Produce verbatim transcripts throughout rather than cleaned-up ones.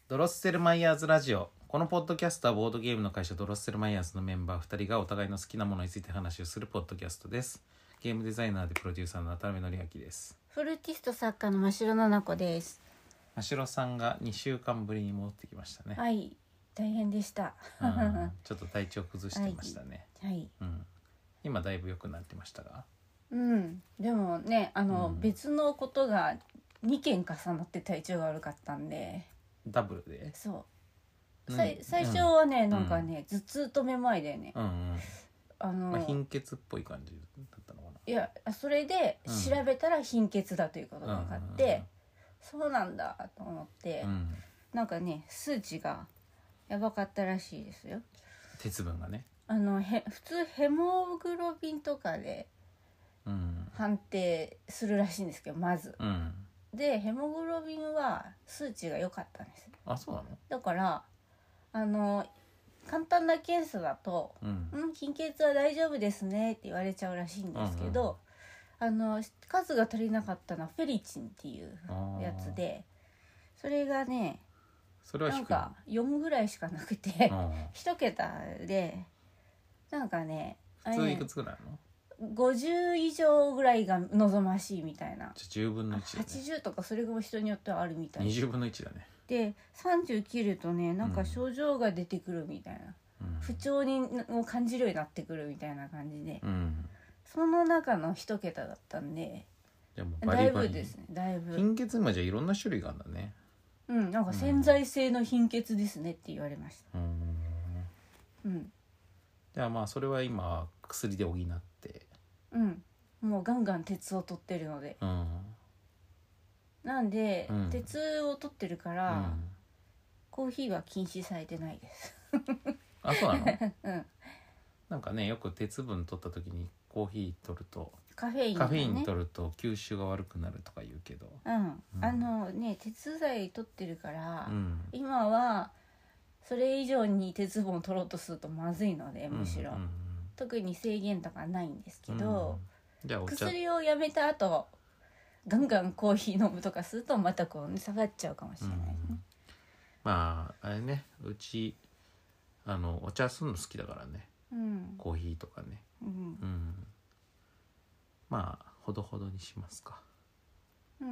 ドロッセルマイヤーズラジオ。このポッドキャストはボードゲームの会社ドロッセルマイヤーズのメンバーふたりがお互いの好きなものについて話をするポッドキャストです。ゲームデザイナーでプロデューサーの渡辺則明です。 フルーティスト作家の真城奈々子です。 真城さんがにしゅうかんぶりに戻ってきましたね。 はい、大変でした。 ちょっと体調崩してましたね。 はい、はい、 うん、今だいぶ良くなってましたが、 うん、でもね、あの、 うん、 別のことがにけん重なって体調が悪かったんで。ダブルで。 そう。 うん、 最初はね、うん、なんかね、頭痛とめまいでね。うんうん、 あのまあ、貧血っぽい感じだったのかな。 いや、それで調べたら貧血だということが分かって、うん、そうなんだと思って、うん、なんかね数値がやばかったらしいですよ。 鉄分がね。 あのへ普通ヘモグロビンとかで判定するらしいんですけど、まず、うん、でヘモグロビンは数値が良かったんです。 あ、そうなの？ だからあの簡単な検査だと、うんうん、貧血は大丈夫ですねって言われちゃうらしいんですけど、うんうん、あの数が足りなかったのはフェリチンっていうやつで、それがね、 それはなんかよんぐらいしかなくて一桁で、なんかね、 普通いくつぐらいの？ ごじゅう以上ぐらいが望ましいみたいな。 じゅうぶんのいちだね。 はちじゅうとかそれが人によってはあるみたい。 にじゅうぶんのいちだね。 でさんじゅう切るとね、なんか症状が出てくるみたいな、うん、不調にを感じるようになってくるみたいな感じで、うん、その中の一桁だったんで、 でもバリバリだいぶですね、だいぶ貧血今じゃいろんな種類があるんだね。 うん、なんか潜在性の貧血ですねって言われました。 うん、うん、じゃあまあそれは今薬で補って、 うん、もうガンガン鉄を取ってるので、うん、なんで、うん、鉄を取ってるから、うん、コーヒーは禁止されてないですあ、そうなの？うん、なんかね、よく鉄分取った時にコーヒー取るとカフェイン、ね、 カフェイン取ると吸収が悪くなるとか言うけど、 うん、うん、あのね鉄剤取ってるから、うん、今はそれ以上に鉄分を取ろうとするとまずいので、むしろ、うんうんうん、特に制限とかないんですけど、うん、じゃあお茶薬をやめた後ガンガンコーヒー飲むとかするとまたこう下がっちゃうかもしれないですね、うん、 まああれね、うちあのお茶するの好きだからね、うん、コーヒーとかね、うんうん、まあほどほどにしますか、うんうん、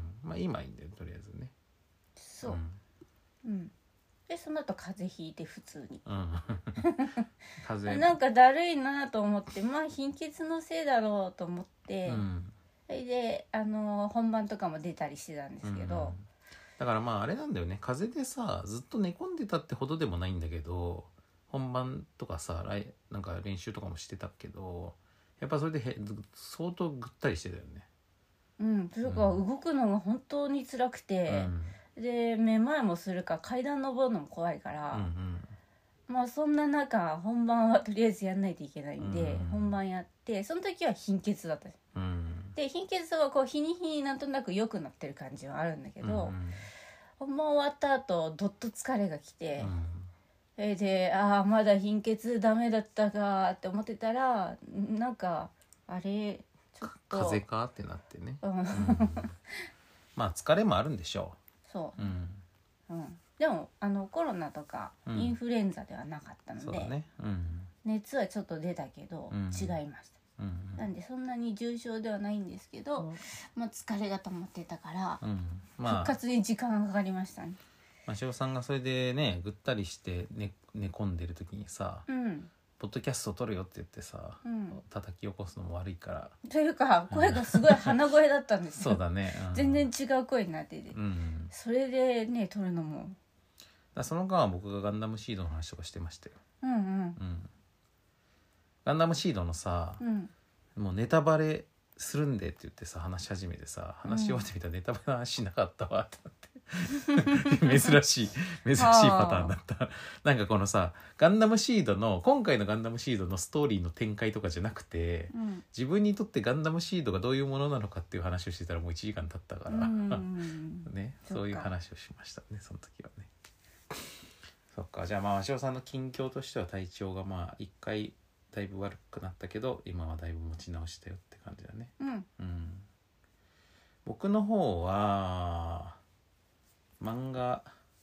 まあ今いいんだよとりあえずね。 そう、うん、うん、でその後風邪ひいて普通に、うん、風邪なんかだるいなと思って、まあ貧血のせいだろうと思って、うん、それであの本番とかも出たりしてたんですけど、うん、 だからまああれなんだよね、風邪でさずっと寝込んでたってほどでもないんだけど、本番とかさなんか練習とかもしてたけど、やっぱそれでへ相当ぐったりしてたよね。 うん、それから動くのが本当に辛くて、うん、でめまいもするから階段登るのも怖いから、うんうん、まあそんな中本番はとりあえずやんないといけないんで、うん、本番やって、その時は貧血だった、うん、で貧血はこう日に日になんとなく良くなってる感じはあるんだけど、うん、本番終わった後どっと疲れが来て、うん、でああまだ貧血ダメだったかって思ってたら、なんかあれちょっと風邪かってなってね、うんうん、まあ疲れもあるんでしょう。そう、うんうん、でもあのコロナとかインフルエンザではなかったので、うん、そうだね、うん、熱はちょっと出たけど、うん、違いました、うんうん、なんでそんなに重症ではないんですけど、うん、まあ、疲れが溜まってたから、うんまあ、復活に時間がかかりましたね。 真城さんがそれでねぐったりして寝、寝込んでる時にさ、うんポッドキャスト撮るよって言ってさ、うん、叩き起こすのも悪いからというか声がすごい鼻声だったんですよそうだね、 うん、全然違う声になってて、うん、それでね撮るのもだその間は僕がガンダムシードの話とかしてましたよ、うんうんうん、ガンダムシードのさ、うん、もうネタバレするんでって言ってさ話し始めてさ話し終わってみたらネタバレの話しなかったわってなって珍しい珍しいパターンだったなんかこのさガンダムシードの今回のガンダムシードのストーリーの展開とかじゃなくて、うん、自分にとってガンダムシードがどういうものなのかっていう話をしてたらもういちじかん経ったから、ね、そういう話をしましたねその時はね。そっか、じゃあまあ鷲尾さんの近況としては体調がまあ一回だいぶ悪くなったけど今はだいぶ持ち直したよって感じだね、うんうん、僕の方は漫画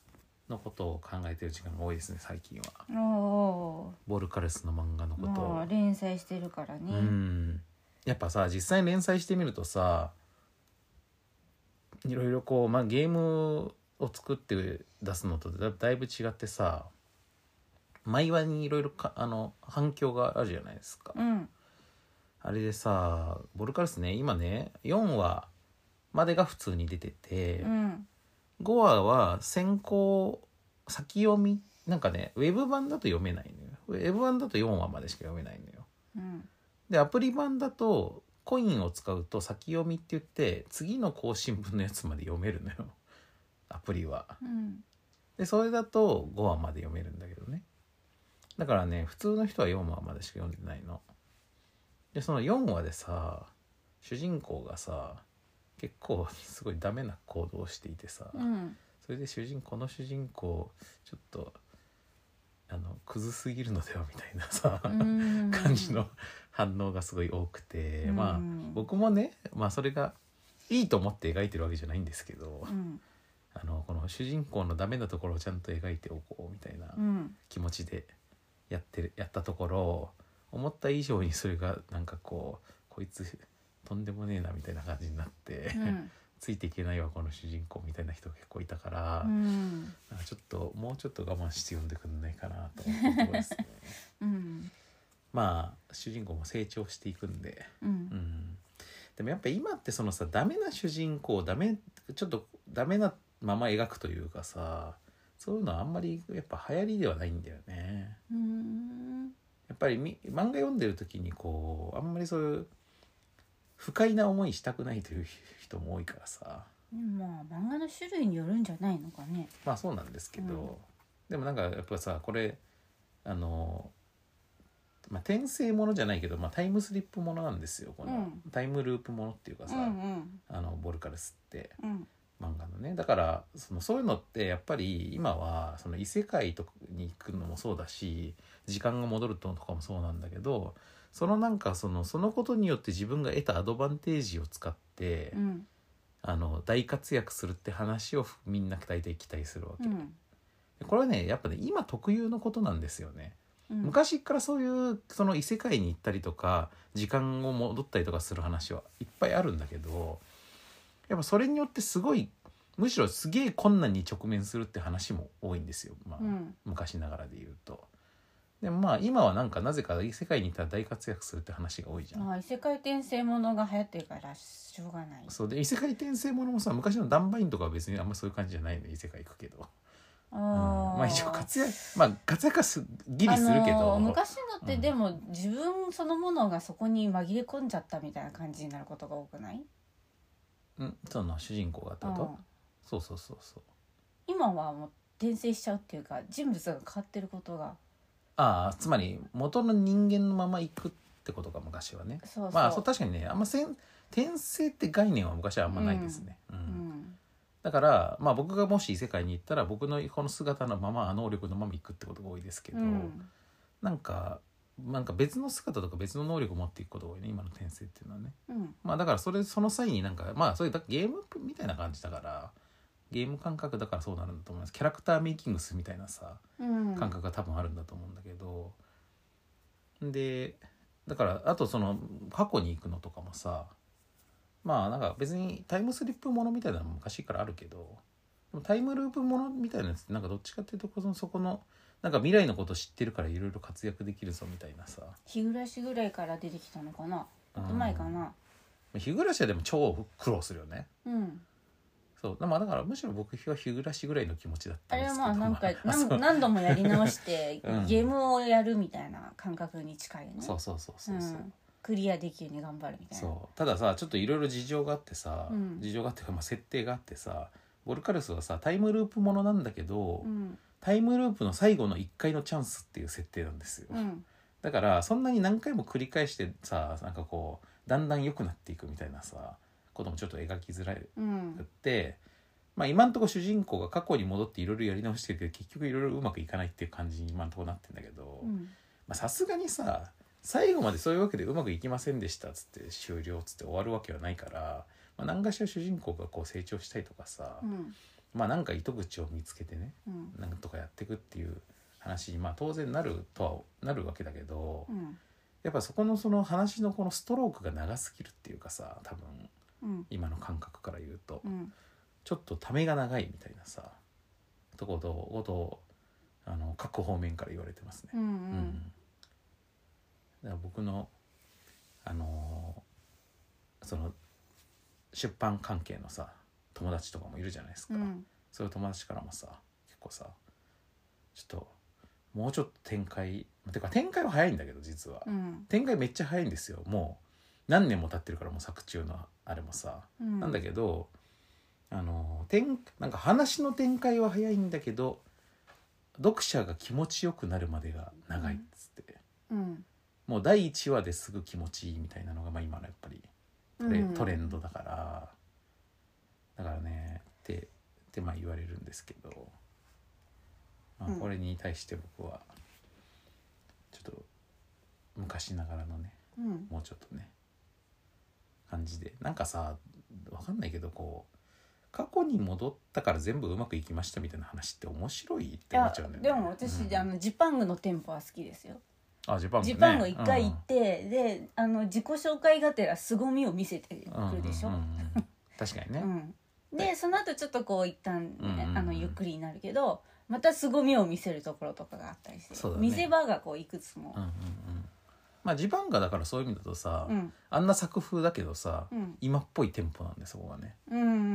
のことを考えてる時間が多いですね最近は。 おボルカルスの漫画のことを、 まあ、連載してるからね。 うんやっぱさ実際連載してみるとさいろいろこう、まあ、ゲームを作って出すのとだ, だいぶ違ってさ毎話にいろいろあの反響があるじゃないですか、 うん、 あれでさボルカルスね今ねよんわまでが普通に出てて、 うん、 ごわは先行先読みなんかねウェブ版だと読めないのよ。ウェブ版だとよんわまでしか読めないのよ。 うん、 でアプリ版だとコインを使うと先読みって言って次の更新分のやつまで読めるのよアプリは。 うん、 でそれだとごわまで読めるんだけどね。だからね普通の人はよんわまでしか読んでないの。でそのよんわでさ主人公がさ結構すごいダメな行動をしていてさ、 うん、 それで主人この主人公ちょっとあのクズすぎるのではみたいなさ感じの反応がすごい多くて、まあ僕もね、まあ、それがいいと思って描いてるわけじゃないんですけど、 うん、 あのこの主人公のダメなところをちゃんと描いておこうみたいな気持ちでやってるやったところ思った以上にそれがなんかこうこいつとんでもねえなみたいな感じになって、うん、ついていけないわこの主人公みたいな人が結構いたから、うん、なんかちょっともうちょっと我慢して読んでくんないかなと思ってるところですね、うん、まあ主人公も成長していくんで、うんうん、でもやっぱ今ってそのさダメな主人公ダメちょっとダメなまま描くというかさそういうのはあんまりやっぱ流行りではないんだよね、うん、やっぱりみ漫画読んでる時にこうあんまりそういう不快な思いしたくないという人も多いからさ、 まあ漫画の種類によるんじゃないのかね。 まあそうなんですけど、うん、でもなんかやっぱさこれあの、まあ、転生ものじゃないけど、まあ、タイムスリップものなんですよこの、うん、タイムループものっていうかさ、うんうん、あのボルカルスって、うん、漫画のねだからそのそういうのってやっぱり今はその異世界とかに行くのもそうだし時間が戻るとかもそうなんだけどそのなんかそのそのことによって自分が得たアドバンテージを使って、うん、あの大活躍するって話をみんな大体期待するわけ、うん、これはねやっぱね今特有のことなんですよね、うん、昔からそういうその異世界に行ったりとか時間を戻ったりとかする話はいっぱいあるんだけどやっぱそれによってすごいむしろすげえ困難に直面するって話も多いんですよ、まあうん、昔ながらで言うと。でもまあ今はなんかなぜか異世界に行ったら大活躍するって話が多いじゃん。 まあ異世界転生ものが流行ってるからしょうがない。 そうで異世界転生ものもさ昔のダンバインとかは別にあんまそういう感じじゃないの異世界行くけど。あ、うん、まあ一応活躍まあ活躍はすギリするけど、 あのー、昔のってでも、うん、自分そのものがそこに紛れ込んじゃったみたいな感じになることが多くない？ うん、その主人公がってこと、うん、そうそうそうそう。 今はもう転生しちゃうっていうか人物が変わってることがああつまり元の人間のまま行くってことか昔はね。そうそうまあそう確かにねあんません転生って概念は昔はあんまないですね、うんうんうん、だからまあ僕がもし異世界に行ったら僕のこの姿のまま能力のまま行くってことが多いですけど、うん、なんかなんか別の姿とか別の能力を持っていくことが多いね今の転生っていうのはね、うん、まあだからそれその際になんかまあそれだゲームみたいな感じだからゲーム感覚だからそうなるんだと思います。キャラクターメイキングスみたいなさ、うん、感覚が多分あるんだと思うんだけどでだからあとその過去に行くのとかもさまあなんか別にタイムスリップものみたいなのも昔からあるけどでもタイムループものみたいなやつってなんかどっちかっていうとそのそこのなんか未来のこと知ってるからいろいろ活躍できるぞみたいなさ日暮らしぐらいから出てきたのかなうまいかな日暮らしはでも超苦労するよねうんそうでもだからむしろ僕は日暮らしぐらいの気持ちだったんですけどあれはまあなんか何, 何度もやり直して、うん、ゲームをやるみたいな感覚に近いねそうそうそうそうそう、うん、 クリアできるように頑張るみたいなそうたださちょっといろいろ事情があってさ、うん、事情があってか、まあ、設定があってさボルカルスはさタイムループものなんだけど、うん、タイムループの最後のいっかいのチャンスっていう設定なんですよ、うん、だからそんなに何回も繰り返してさなんかこうだんだん良くなっていくみたいなさこともちょっと描きづらいって、うん、まあ今んとこ主人公が過去に戻っていろいろやり直してるけど結局いろいろうまくいかないっていう感じに今んとこなってんだけどさすがにさ最後までそういうわけでうまくいきませんでしたっつって終了っつって終わるわけはないから、まあ、何かしら主人公がこう成長したりとかさ、うん、 まあなんか糸口を見つけてね、 うん、 なんとかやっていくっていう話にまあ当然なるとはなるわけだけど、 うん、 やっぱそこのその話のこのストロークが長すぎるっていうかさ、多分、 うん、 今の感覚から言うと、 うん、 ちょっとためが長いみたいなさとことをあの各方面から言われてますね。 うんうんうん、だから僕のあのー、その出版関係のさ友達とかもいるじゃないですか、 うん、 そういう友達からもさ結構さちょっともうちょっと展開てか展開は早いんだけど実は、 うん、 展開めっちゃ早いんですよ。もう何年も経ってるからもう作中のあれもさ、 うん、 なんだけどあの展なんか話の展開は早いんだけど読者が気持ちよくなるまでが長いっつって、 うん、 もうだいいちわですぐ気持ちいいみたいなのがまあ今のやっぱりトレ,、 うん、 トレンドだからだからねってってまあ言われるんですけど、まあ、これに対して僕はちょっと昔ながらのね、 うん、 もうちょっとね感じでなんかさわかんないけどこう過去に戻ったから全部うまくいきましたみたいな話って面白いって思っちゃうんだよね。 でも私、うん、あのジパングのテンポは好きですよ。 あジパングね、 ジパング一回行って、うん、であの自己紹介がてら凄みを見せてくるでしょ、うんうんうん、確かにね、 うん、でその後ちょっとこう一旦、ね、うんうん、あのゆっくりになるけどまた凄みを見せるところとかがあったりして、ね、見せ場がこういくつも、 うんうんうん、まあジパングだからそういう意味だとさ、 うん、 あんな作風だけどさ、うん、今っぽいテンポなんでそこがね、 うんうんうん、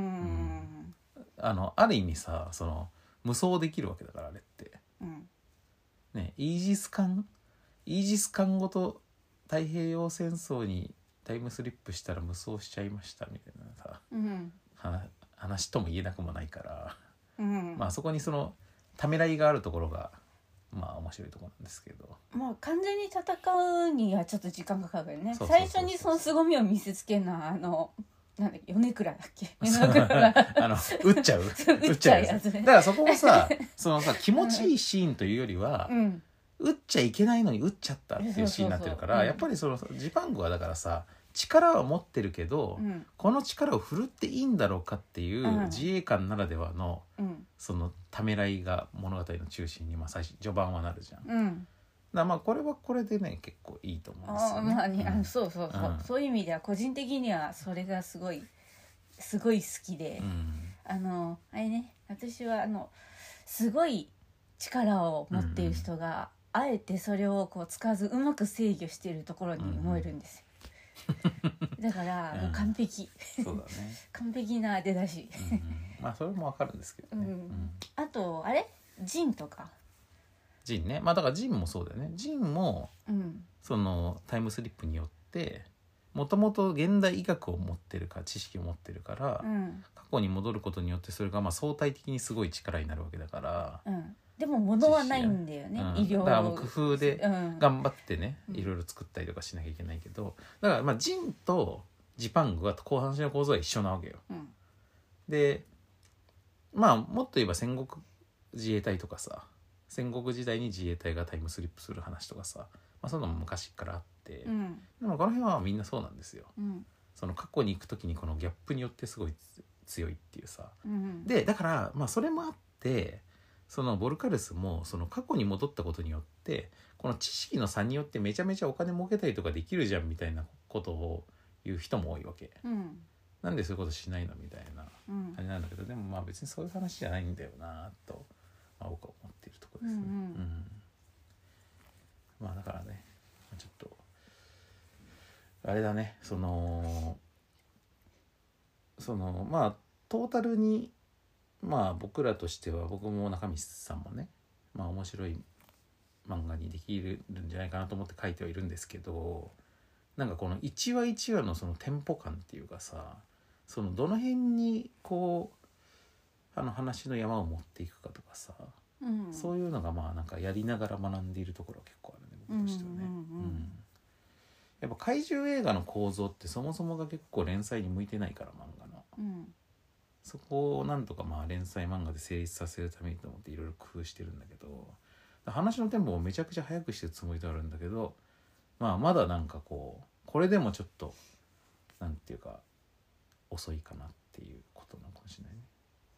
あのある意味さその無双できるわけだからあれって、 うん、 ねイージス艦イージス艦ごと太平洋戦争にタイムスリップしたら無双しちゃいましたみたいなさ、 うん、 話とも言えなくもないから、 うん、 まあそこにそのためらいがあるところがまあ面白いところなんですけど、 まあ完全に戦うにはちょっと時間がかかるよね。最初にその凄みを見せつけるのはあのなんだっけ米倉だっけ米倉あの打っちゃう打っちゃうやつね。 だからそこもさそのさ気持ちいいシーンというよりは、うん、打っちゃいけないのに打っちゃったっていうシーンになってるから、そうそうそう、やっぱりそのジパングはだからさ力は持ってるけど、うん、この力を振るっていいんだろうかっていう自衛官ならではの、うん、そのためらいが物語の中心に、まあ、最初序盤はなるじゃん、うん、だまあこれはこれでね結構いいと思うんですよね。 あ、まあね、うん、そうそうそう、うん、そういう意味では個人的にはそれがすごいすごい好きで、うん、あのあれね私はあのすごい力を持っている人が、うんうん、あえてそれをこう使わずうまく制御しているところに燃えるんですよ、うん、だからもう完璧、うん、そうだね完璧な出だし、 うんうん、まあそれもわかるんですけどね、うんうん、 あとあれジンとかジンね、まあだからジンもそうだよね。ジンも、うん、そのタイムスリップによってもともと現代医学を持ってるか知識を持ってるから、うん、過去に戻ることによってそれがまあ相対的にすごい力になるわけだから、 うん、でも物はないんだよね、うん、医療だからもう工夫で頑張ってね、うん、いろいろ作ったりとかしなきゃいけないけど、だからまあジンとジパングは後半の構造は一緒なわけよ、うん、でまあもっと言えば戦国自衛隊とかさ戦国時代に自衛隊がタイムスリップする話とかさ、まあ、そういうのも昔からあって、うん、でもこの辺はみんなそうなんですよ、うん、その過去に行く時にこのギャップによってすごい強いっていうさ、うん、でだからまあそれもあってそのボルカルスもその過去に戻ったことによってこの知識の差によってめちゃめちゃお金儲けたりとかできるじゃんみたいなことを言う人も多いわけ、うん、なんでそういうことしないのみたいな感じなんだけど、でもまあ別にそういう話じゃないんだよなと、まあ、僕は思っているところですね、うんうんうん、まあだからねちょっとあれだねそのそのまあトータルにまあ僕らとしては僕も中道さんもねまあ面白い漫画にできるんじゃないかなと思って書いてはいるんですけど、なんかこの一話一話のそのテンポ感っていうかさ、そのどの辺にこうあの話の山を持っていくかとかさ、うん、そういうのがまあなんかやりながら学んでいるところは結構あるね僕としてはね、うんうんうんうん、やっぱ怪獣映画の構造ってそもそもが結構連載に向いてないから漫画の、うん、そこをなんとかまあ連載漫画で成立させるためにと思っていろいろ工夫してるんだけど、話のテンポもめちゃくちゃ早くしてるつもりであるんだけど、まあまだなんかこうこれでもちょっとなんていうか遅いかなっていうことなのかもしれないね。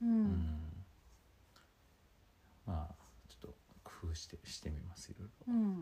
うんうん、 まあちょっと工夫してしてみますいろいろ、 うんうん、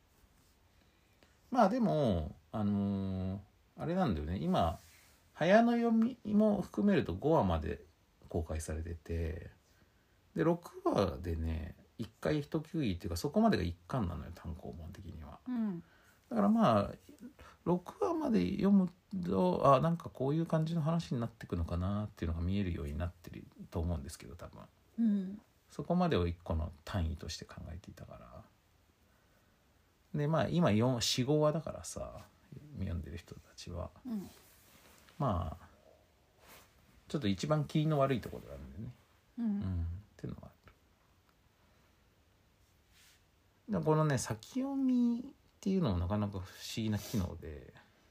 まあでもあのー、あれなんだよね、今早の読みも含めるとごわまで公開されてて、でろくわでねいっかい一区切りっていうかそこまでがいっかんなのよ単行本的には、 うん、 だからまあろくわまで読むとあなんかこういう感じの話になっていくのかなっていうのが見えるようになってると思うんですけど多分、 うん、 そこまでをいっこの単位として考えていたから、でまあ今よん、ごわだからさ読んでる人たちは、 うん、 まあちょっと一番気の悪いところがあるんでね、 うんうん、 っていうのがある。でこのね先読みっていうのもなかなか不思議な機能で、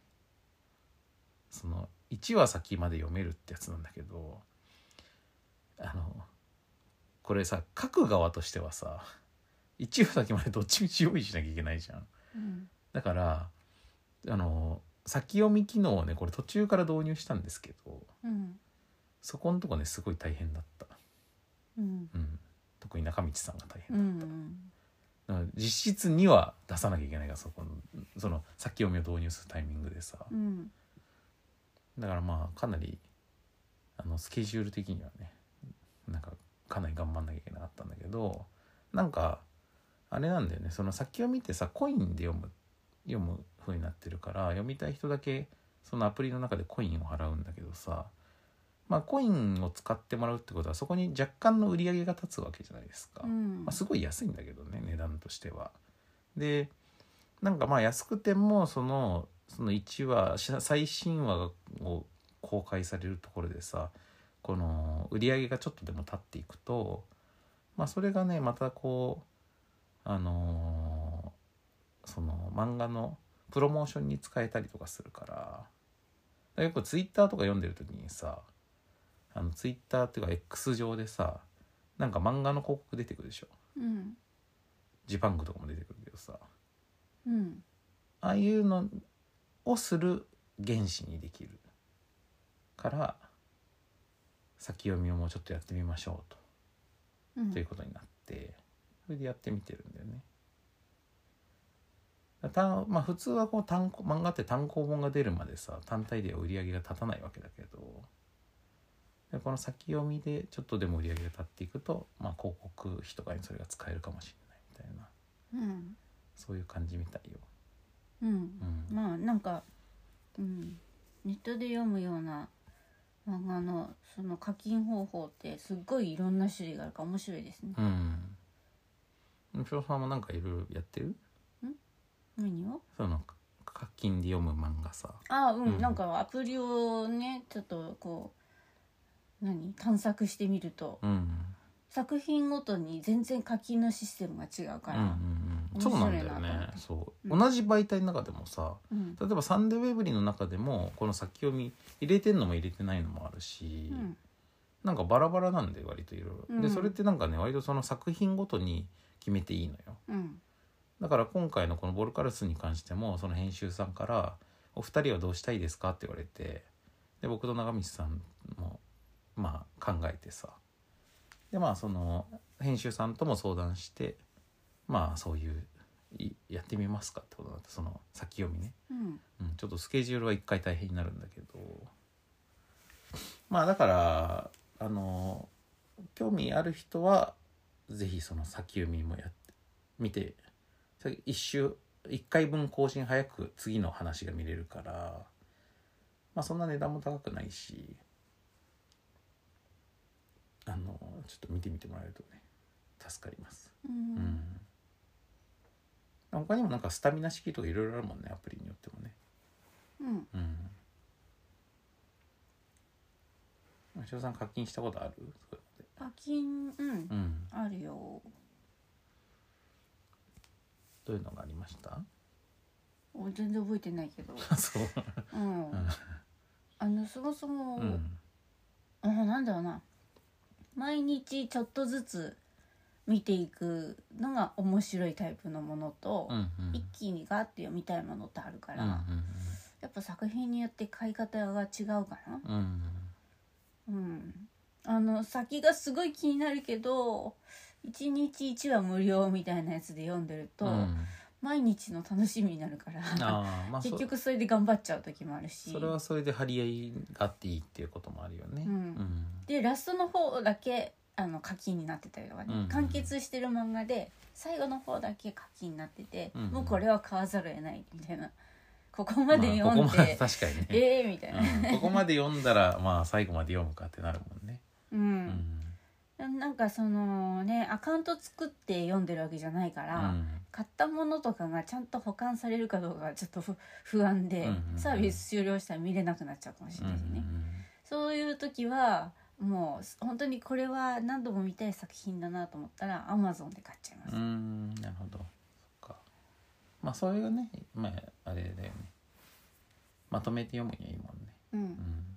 そのいちわ先まで読めるってやつなんだけど、あのこれさ書く側としてはさいちわ先までどっちみち用意しなきゃいけないじゃん、 うん、 だからあの先読み機能をねこれ途中から導入したんですけど、 うん、 そこのとこねすごい大変だった、 うんうん、特に中道さんが大う変だった、 ん、 だから実質には出さなきゃいけないからそこのその先読みを導入するタイミングでさ、 うん、 だからまあかなりあのスケジュール的にはねなんかかなり頑張んなきゃいけなかったんだけど、なんかあれなんだよね、その先読みってさコインで読む読む風になってるから読みたい人だけそのアプリの中でコインを払うんだけどさ、まあコインを使ってもらうってことはそこに若干の売り上げが立つわけじゃないですか、 うんまあ、すごい安いんだけどね値段としては。でなんかまあ安くてもそのそのいちわ最新話を公開されるところでさこの売り上げがちょっとでも立っていくと、まあそれがねまたこうあのー、その漫画のプロモーションに使えたりとかするから、よくツイッターとか読んでる時にさあのツイッターっていうか X 上でさなんか漫画の広告出てくるでしょ、 うん、 ジパングとかも出てくるけどさ、 うん、 ああいうのをする原子にできるから先読みをもうちょっとやってみましょうと、 うん、 ということになってそれでやってみてるんだよね。たまあ普通はこう単行漫画って単行本が出るまでさ単体では売り上げが立たないわけだけど、でこの先読みでちょっとでも売り上げが立っていくと、まあ、広告費とかにそれが使えるかもしれないみたいな、 うん、 そういう感じみたいよ。 うん、 うん、 まあなんか、うん、ネットで読むような漫画のその課金方法ってすっごいいろんな種類があるから面白いですね。 うん。みしょさんもなんかいろいろやってる？ん？ 何を？ その課金で読む漫画さ。 ああ、うん、 うん、 なんかアプリをねちょっとこう何探索してみると、 うん、 作品ごとに全然課金のシステムが違うから、 うんうんうん、そうなんだよね。そう、うん、同じ媒体の中でもさ、うん、例えばサンデーウェブリの中でもこの先読み入れてんのも入れてないのもあるし、うん、なんかバラバラなんで割といろいろで、それってなんかね割とその作品ごとに決めていいのよ、うん、だから今回のこのボルカルスに関してもその編集さんからお二人はどうしたいですかって言われて、で僕と長道さんもまあ考えてさ、でまあその編集さんとも相談してまあそういうやってみますかってことだってその先読みね、うんうん、ちょっとスケジュールは一回大変になるんだけど、まあだからあの興味ある人はぜひその先読みもやってみて、一週一回分更新早く次の話が見れるから、まあそんな値段も高くないし、あのちょっと見てみてもらえるとね助かります、うんうん、他にもなんかスタミナ式とかいろいろあるもんねアプリによってもね。うん、うん。しおさん課金したことある？ 課金、うん、うん、あるよ。 どういうのがありました？ お全然覚えてないけどそう、 うん、あのそもそも、うん、あなんだろうな、毎日ちょっとずつ見ていくのが面白いタイプのものと、うんうん、一気にガーって読みたいものってあるから、うんうんうん、やっぱ作品によって買い方が違うかな、うんうん、 あの先がすごい気になるけどいちにちいちわ無料みたいなやつで読んでると、うん、毎日の楽しみになるからあ、まあ、結局それで頑張っちゃう時もあるし、 それはそれで張り合いがあっていいっていうこともあるよね、うんうん、 でラストの方だけあの課金になってたりとかね、うんうん、完結してる漫画で最後の方だけ課金になってて、うんうん、もうこれは買わざるを得ないみたいな、ここまで読んで、まあ、ここまで確かにねえーみたいな、 うん、ここまで読んだらまあ最後まで読むかってなるもんね、 うんうん、なんかそのねアカウント作って読んでるわけじゃないから、うん、買ったものとかがちゃんと保管されるかどうかがちょっと不安で、うんうんうん、サービス終了したら見れなくなっちゃうかもしれないしね、うんうんうん、そういう時はもう本当にこれは何度も見たい作品だなと思ったら Amazon で買っちゃいます。 うーん、なるほど。そっか。まあそれがね、まああれだよね。まとめて読むにはいいもんね。うん。うん、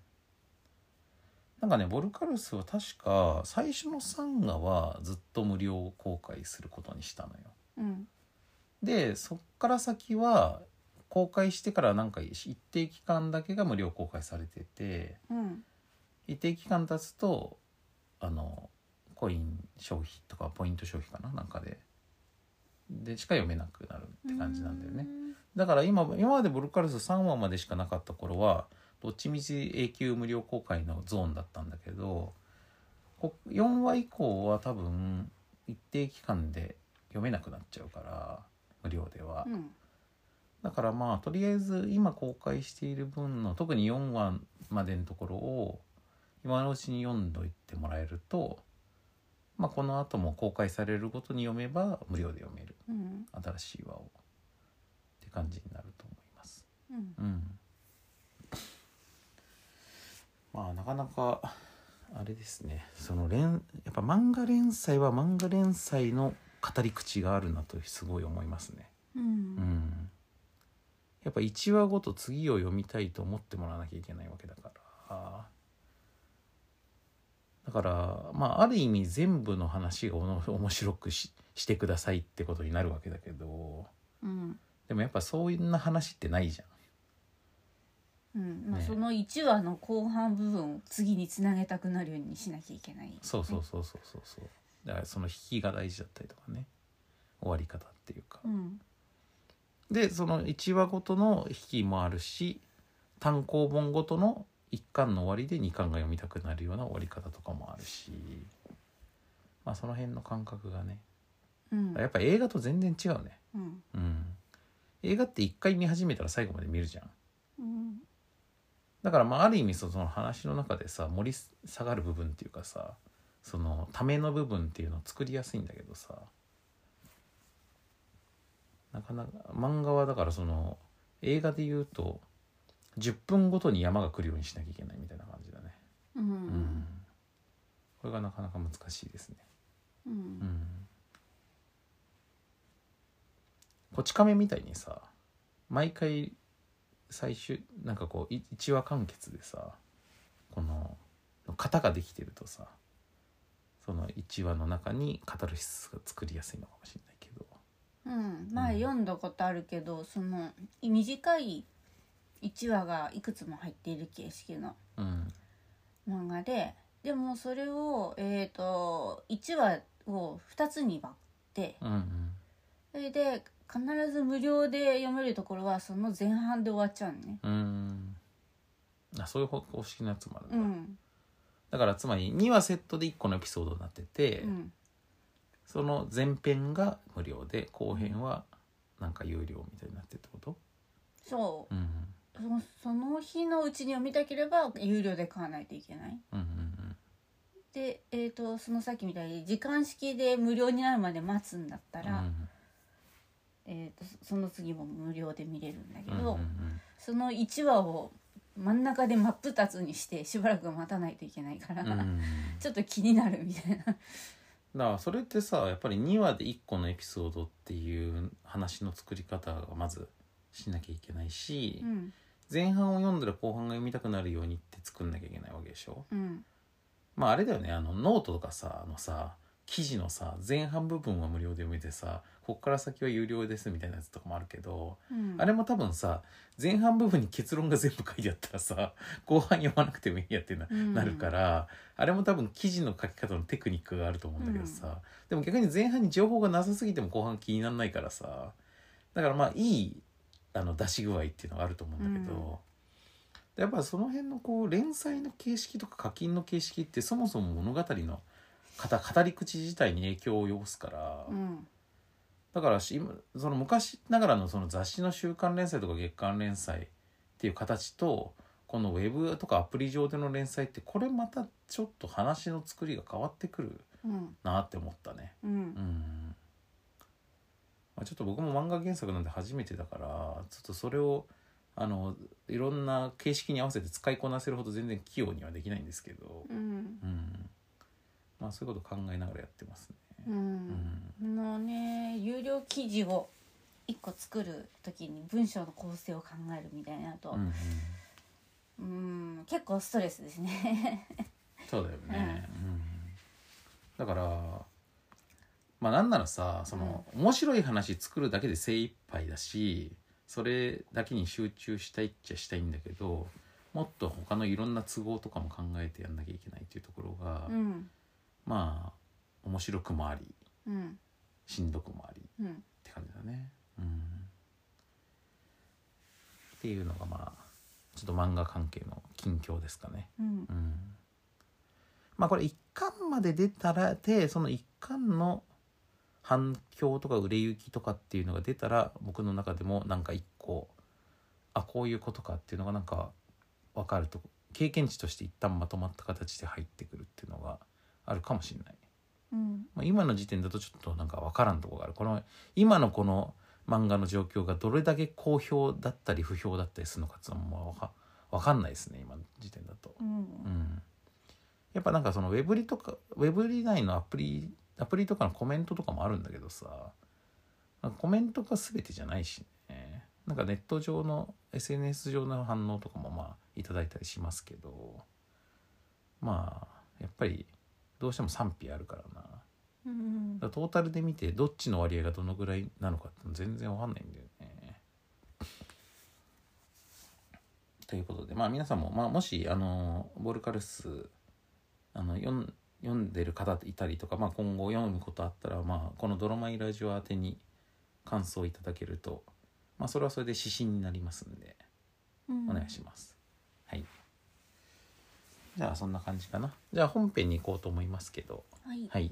なんかね、ボルカルスは確か最初のさんわはずっと無料公開することにしたのよ。うん、で、そっから先は公開してからなんか一定期間だけが無料公開されてて、うん、一定期間経つとあのコイン消費とかポイント消費かななんかででしか読めなくなるって感じなんだよね。だから今今までボルカルスさんわまでしかなかった頃はどっちみち永久無料公開のゾーンだったんだけど、よんわ以降は多分一定期間で読めなくなっちゃうから無料では、うん、だからまあとりあえず今公開している分の特によんわまでのところを今のうちに読んどいてもらえると、まあ、この後も公開されるごとに読めば無料で読める、うん、新しい輪をって感じになると思います、うんうん、まあなかなかあれですね、その連やっぱ漫画連載は漫画連載の語り口があるなとすごい思いますね、うんうん、やっぱいちわごと次を読みたいと思ってもらわなきゃいけないわけだからだからまあある意味全部の話が面白く し, してくださいってことになるわけだけど、うん、でもやっぱそういうな話ってないじゃん、うんまあね、そのいちわの後半部分を次につなげたくなるようにしなきゃいけない、ね、 そうそうそうそうそうそうだからその引きが大事だったりとかね、終わり方っていうか、うん、でそのいちわごとの引きもあるし単行本ごとのいっかんの終わりでにかんが読みたくなるような終わり方とかもあるし、まあその辺の感覚がね、うん、やっぱ映画と全然違うね、うんうん、映画っていっかい見始めたら最後まで見るじゃん、うん、だからまあある意味その話の中でさ盛り下がる部分っていうかさそのための部分っていうのを作りやすいんだけどさ、なかなか漫画はだからその映画で言うとじゅっぷんごとに山が来るようにしなきゃいけないみたいな感じだね、うんうん、これがなかなか難しいですね、うんうん、こち亀みたいにさ毎回最終なんかこういちわ完結でさこの型ができてるとさそのいちわの中にカタルシスが作りやすいのかもしれないけど、 うん、前読んだことあるけど、うん、その短いいちわがいくつも入っている形式の漫画で、うん、でもそれを、えーと、いちわをふたつに割って、うんうん、それで必ず無料で読めるところはその前半で終わっちゃうのね。 うんあそういう方式のやつもあるんだ、うん、だからつまりにわセットでいっこのエピソードになってて、うん、その前編が無料で後編はなんか有料みたいになってるってこと？ そう、うんその日のうちに読みたければ有料で買わないといけない、うんうんうん、で、えーと、そのさっきみたいに時間式で無料になるまで待つんだったら、うんえーと、その次も無料で見れるんだけど、うんうんうん、そのいちわを真ん中で真っ二つにしてしばらく待たないといけないから、うんうん、ちょっと気になるみたいな。だからそれってさやっぱりにわでいっこのエピソードっていう話の作り方がまずしなきゃいけないし、うん前半を読んだら後半が読みたくなるようにって作んなきゃいけないわけでしょ、うん、まああれだよねあのノートとかさあのさ記事のさ前半部分は無料で読めてさこっから先は有料ですみたいなやつとかもあるけど、うん、あれも多分さ前半部分に結論が全部書いてあったらさ後半読まなくてもいいやってな、うん、なるからあれも多分記事の書き方のテクニックがあると思うんだけどさ、うん、でも逆に前半に情報がなさすぎても後半気にならないからさだからまあいいあの出し具合っていうのがあると思うんだけど、うん、やっぱその辺のこう連載の形式とか課金の形式ってそもそも物語の語り口自体に影響を及ぼすから、うん、だからしその昔ながらのその雑誌の週刊連載とか月刊連載っていう形とこのウェブとかアプリ上での連載ってこれまたちょっと話の作りが変わってくるなって思ったね、うんうんまあ、ちょっと僕も漫画原作なんで初めてだからちょっとそれをあのいろんな形式に合わせて使いこなせるほど全然器用にはできないんですけど、うんうんまあ、そういうこと考えながらやってますね。うんうん、のね有料記事をいっこ作る時に文章の構成を考えるみたいなと、うんうん、うん結構ストレスですねそうだよね、うんうん、だからまあなんならさその、うん、面白い話作るだけで精一杯だしそれだけに集中したいっちゃしたいんだけどもっと他のいろんな都合とかも考えてやんなきゃいけないっていうところが、うんまあ面白くもあり、うん、しんどくもあり、うん、って感じだね、うん、っていうのがまあちょっと漫画関係の近況ですかね、うんうん、まあこれいっかんまで出たらでそのいっかんの反響とか売れ行きとかっていうのが出たら僕の中でもなんかいっこあこういうことかっていうのがなんか分かると経験値として一旦まとまった形で入ってくるっていうのがあるかもしれない、うんまあ、今の時点だとちょっとなんか分からんところがあるこの今のこの漫画の状況がどれだけ好評だったり不評だったりするのかっていうのも分か、分かんないですね今の時点だと、うんうん、やっぱなんかそのウェブリとかウェブリ内のアプリアプリとかのコメントとかもあるんだけどさなんかコメントが全てじゃないしねなんかネット上の エスエヌエス 上の反応とかもまあいただいたりしますけどまあやっぱりどうしても賛否あるからな、うん、だからトータルで見てどっちの割合がどのぐらいなのかって全然わかんないんだよねということでまあ皆さんも、まあ、もしあのボルカルスあの読ん読んでる方いたりとか、まあ、今後読むことあったら、まあ、このドロマイラジオ宛てに感想いただけると、まあ、それはそれで指針になりますんで、うん、お願いします。はい。じゃあそんな感じかな。じゃあ本編に行こうと思いますけど、はい。はい、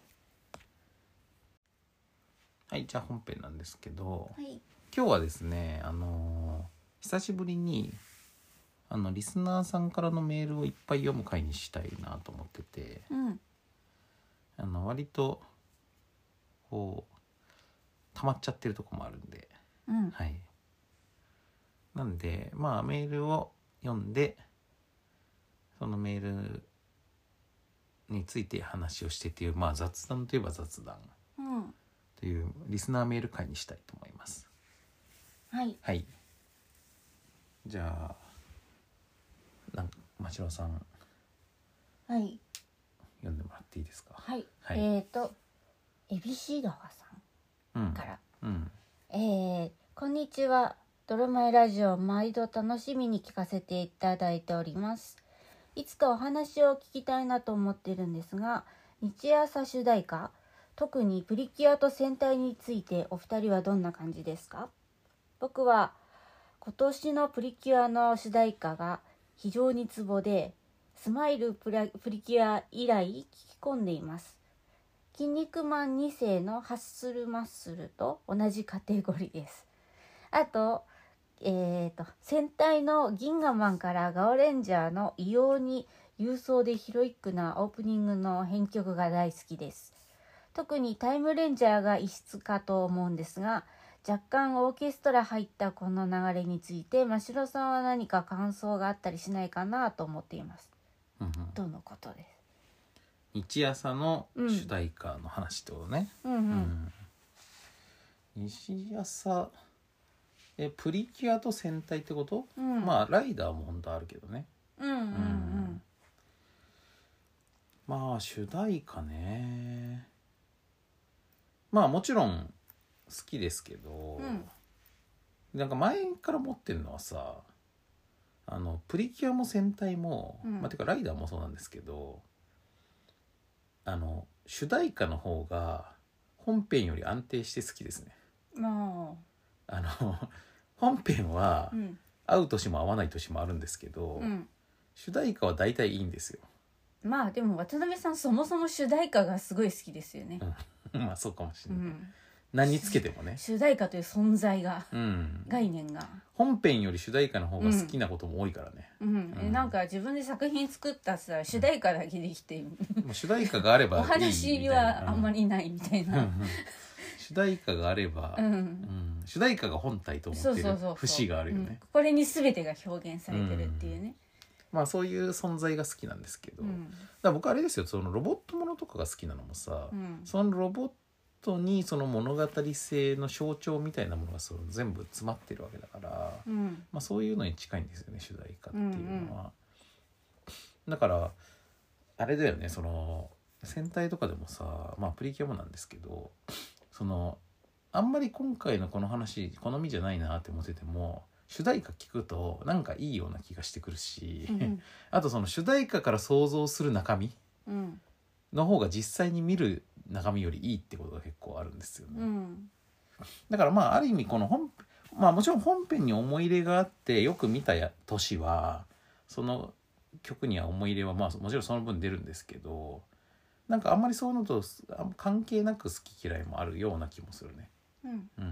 はい、じゃあ本編なんですけど、はい、今日はですね、あのー、久しぶりにあのリスナーさんからのメールをいっぱい読む回にしたいなと思ってて、うん、あの割とこう溜まっちゃってるとこもあるんで、うん、はいなんでまあメールを読んでそのメールについて話をしてっていうまあ雑談といえば雑談というリスナーメール会にしたいと思います。はいはいじゃあなんかまちろさんはい読んでもらっていいですか。 はい、はい、えっ、ー、とえびし川さんから、うんうんえー、こんにちは。ドロマイラジオ毎度楽しみに聞かせていただいております。いつかお話を聞きたいなと思っているんですが、日朝主題歌、特にプリキュアと戦隊についてお二人はどんな感じですか？僕は今年のプリキュアの主題歌が非常にツボで、スマイルプラプリキュア以来聞き込んでいます。筋肉マンに世のハッスルマッスルと同じカテゴリーです。あと、えーと、戦隊の銀河マンからガオレンジャーの異様に勇壮でヒロイックなオープニングの編曲が大好きです。特にタイムレンジャーが異質かと思うんですが、若干オーケストラ入ったこの流れについて真城さんは何か感想があったりしないかなと思っています、うんうん、とのことです。 日朝の主題歌の話ってことね、うんうんうん、日朝えプリキュアと戦隊ってこと、うん、まあライダーも本当あるけどね、うんうんうん、 まあ主題歌ね、まあもちろん好きですけど、うん、なんか前から持ってるのはさ、あのプリキュアも戦隊も、うん、まあ、てかライダーもそうなんですけど、あの主題歌の方が本編より安定して好きですね。 ああの本編は合う年も合わない年もあるんですけど、うん、主題歌は大体いいんですよ。 まあでも渡辺さんそもそも主題歌がすごい好きですよね。 まあそうかもしれない、うん、何につけてもね主題歌という存在が、うん、概念が本編より主題歌の方が好きなことも多いからね、 うんうんうん、なんか自分で作品作ったさ主題歌だけできて、 うん、主題歌があればいいみたいな、お話はあんまりないみたいな、うん、 主題歌があれば、うんうん、主題歌が本体と思ってる節があるよね、うん、 これに全てが表現されてるっていうね、 まあそういう存在が好きなんですけど、うん、だから僕あれですよ、そのロボットものとかが好きなのもさ、うん、そのロボットにその物語性の象徴みたいなものがその全部詰まってるわけだから、うん、まあそういうのに近いんですよね、主題歌っていうのは、うんうん、だからあれだよね、その戦隊とかでもさ、まあプリキュアもなんですけど、そのあんまり今回のこの話好みじゃないなって思ってても主題歌聞くとなんかいいような気がしてくるし、うん、あとその主題歌から想像する中身の方が実際に見る中身よりいいってことが結構あるんですよね、うん、だからまあある意味この本、まあもちろん本編に思い入れがあってよく見た年はその曲には思い入れはまあもちろんその分出るんですけど、なんかあんまりそういうのと関係なく好き嫌いもあるような気もするね、うんうん、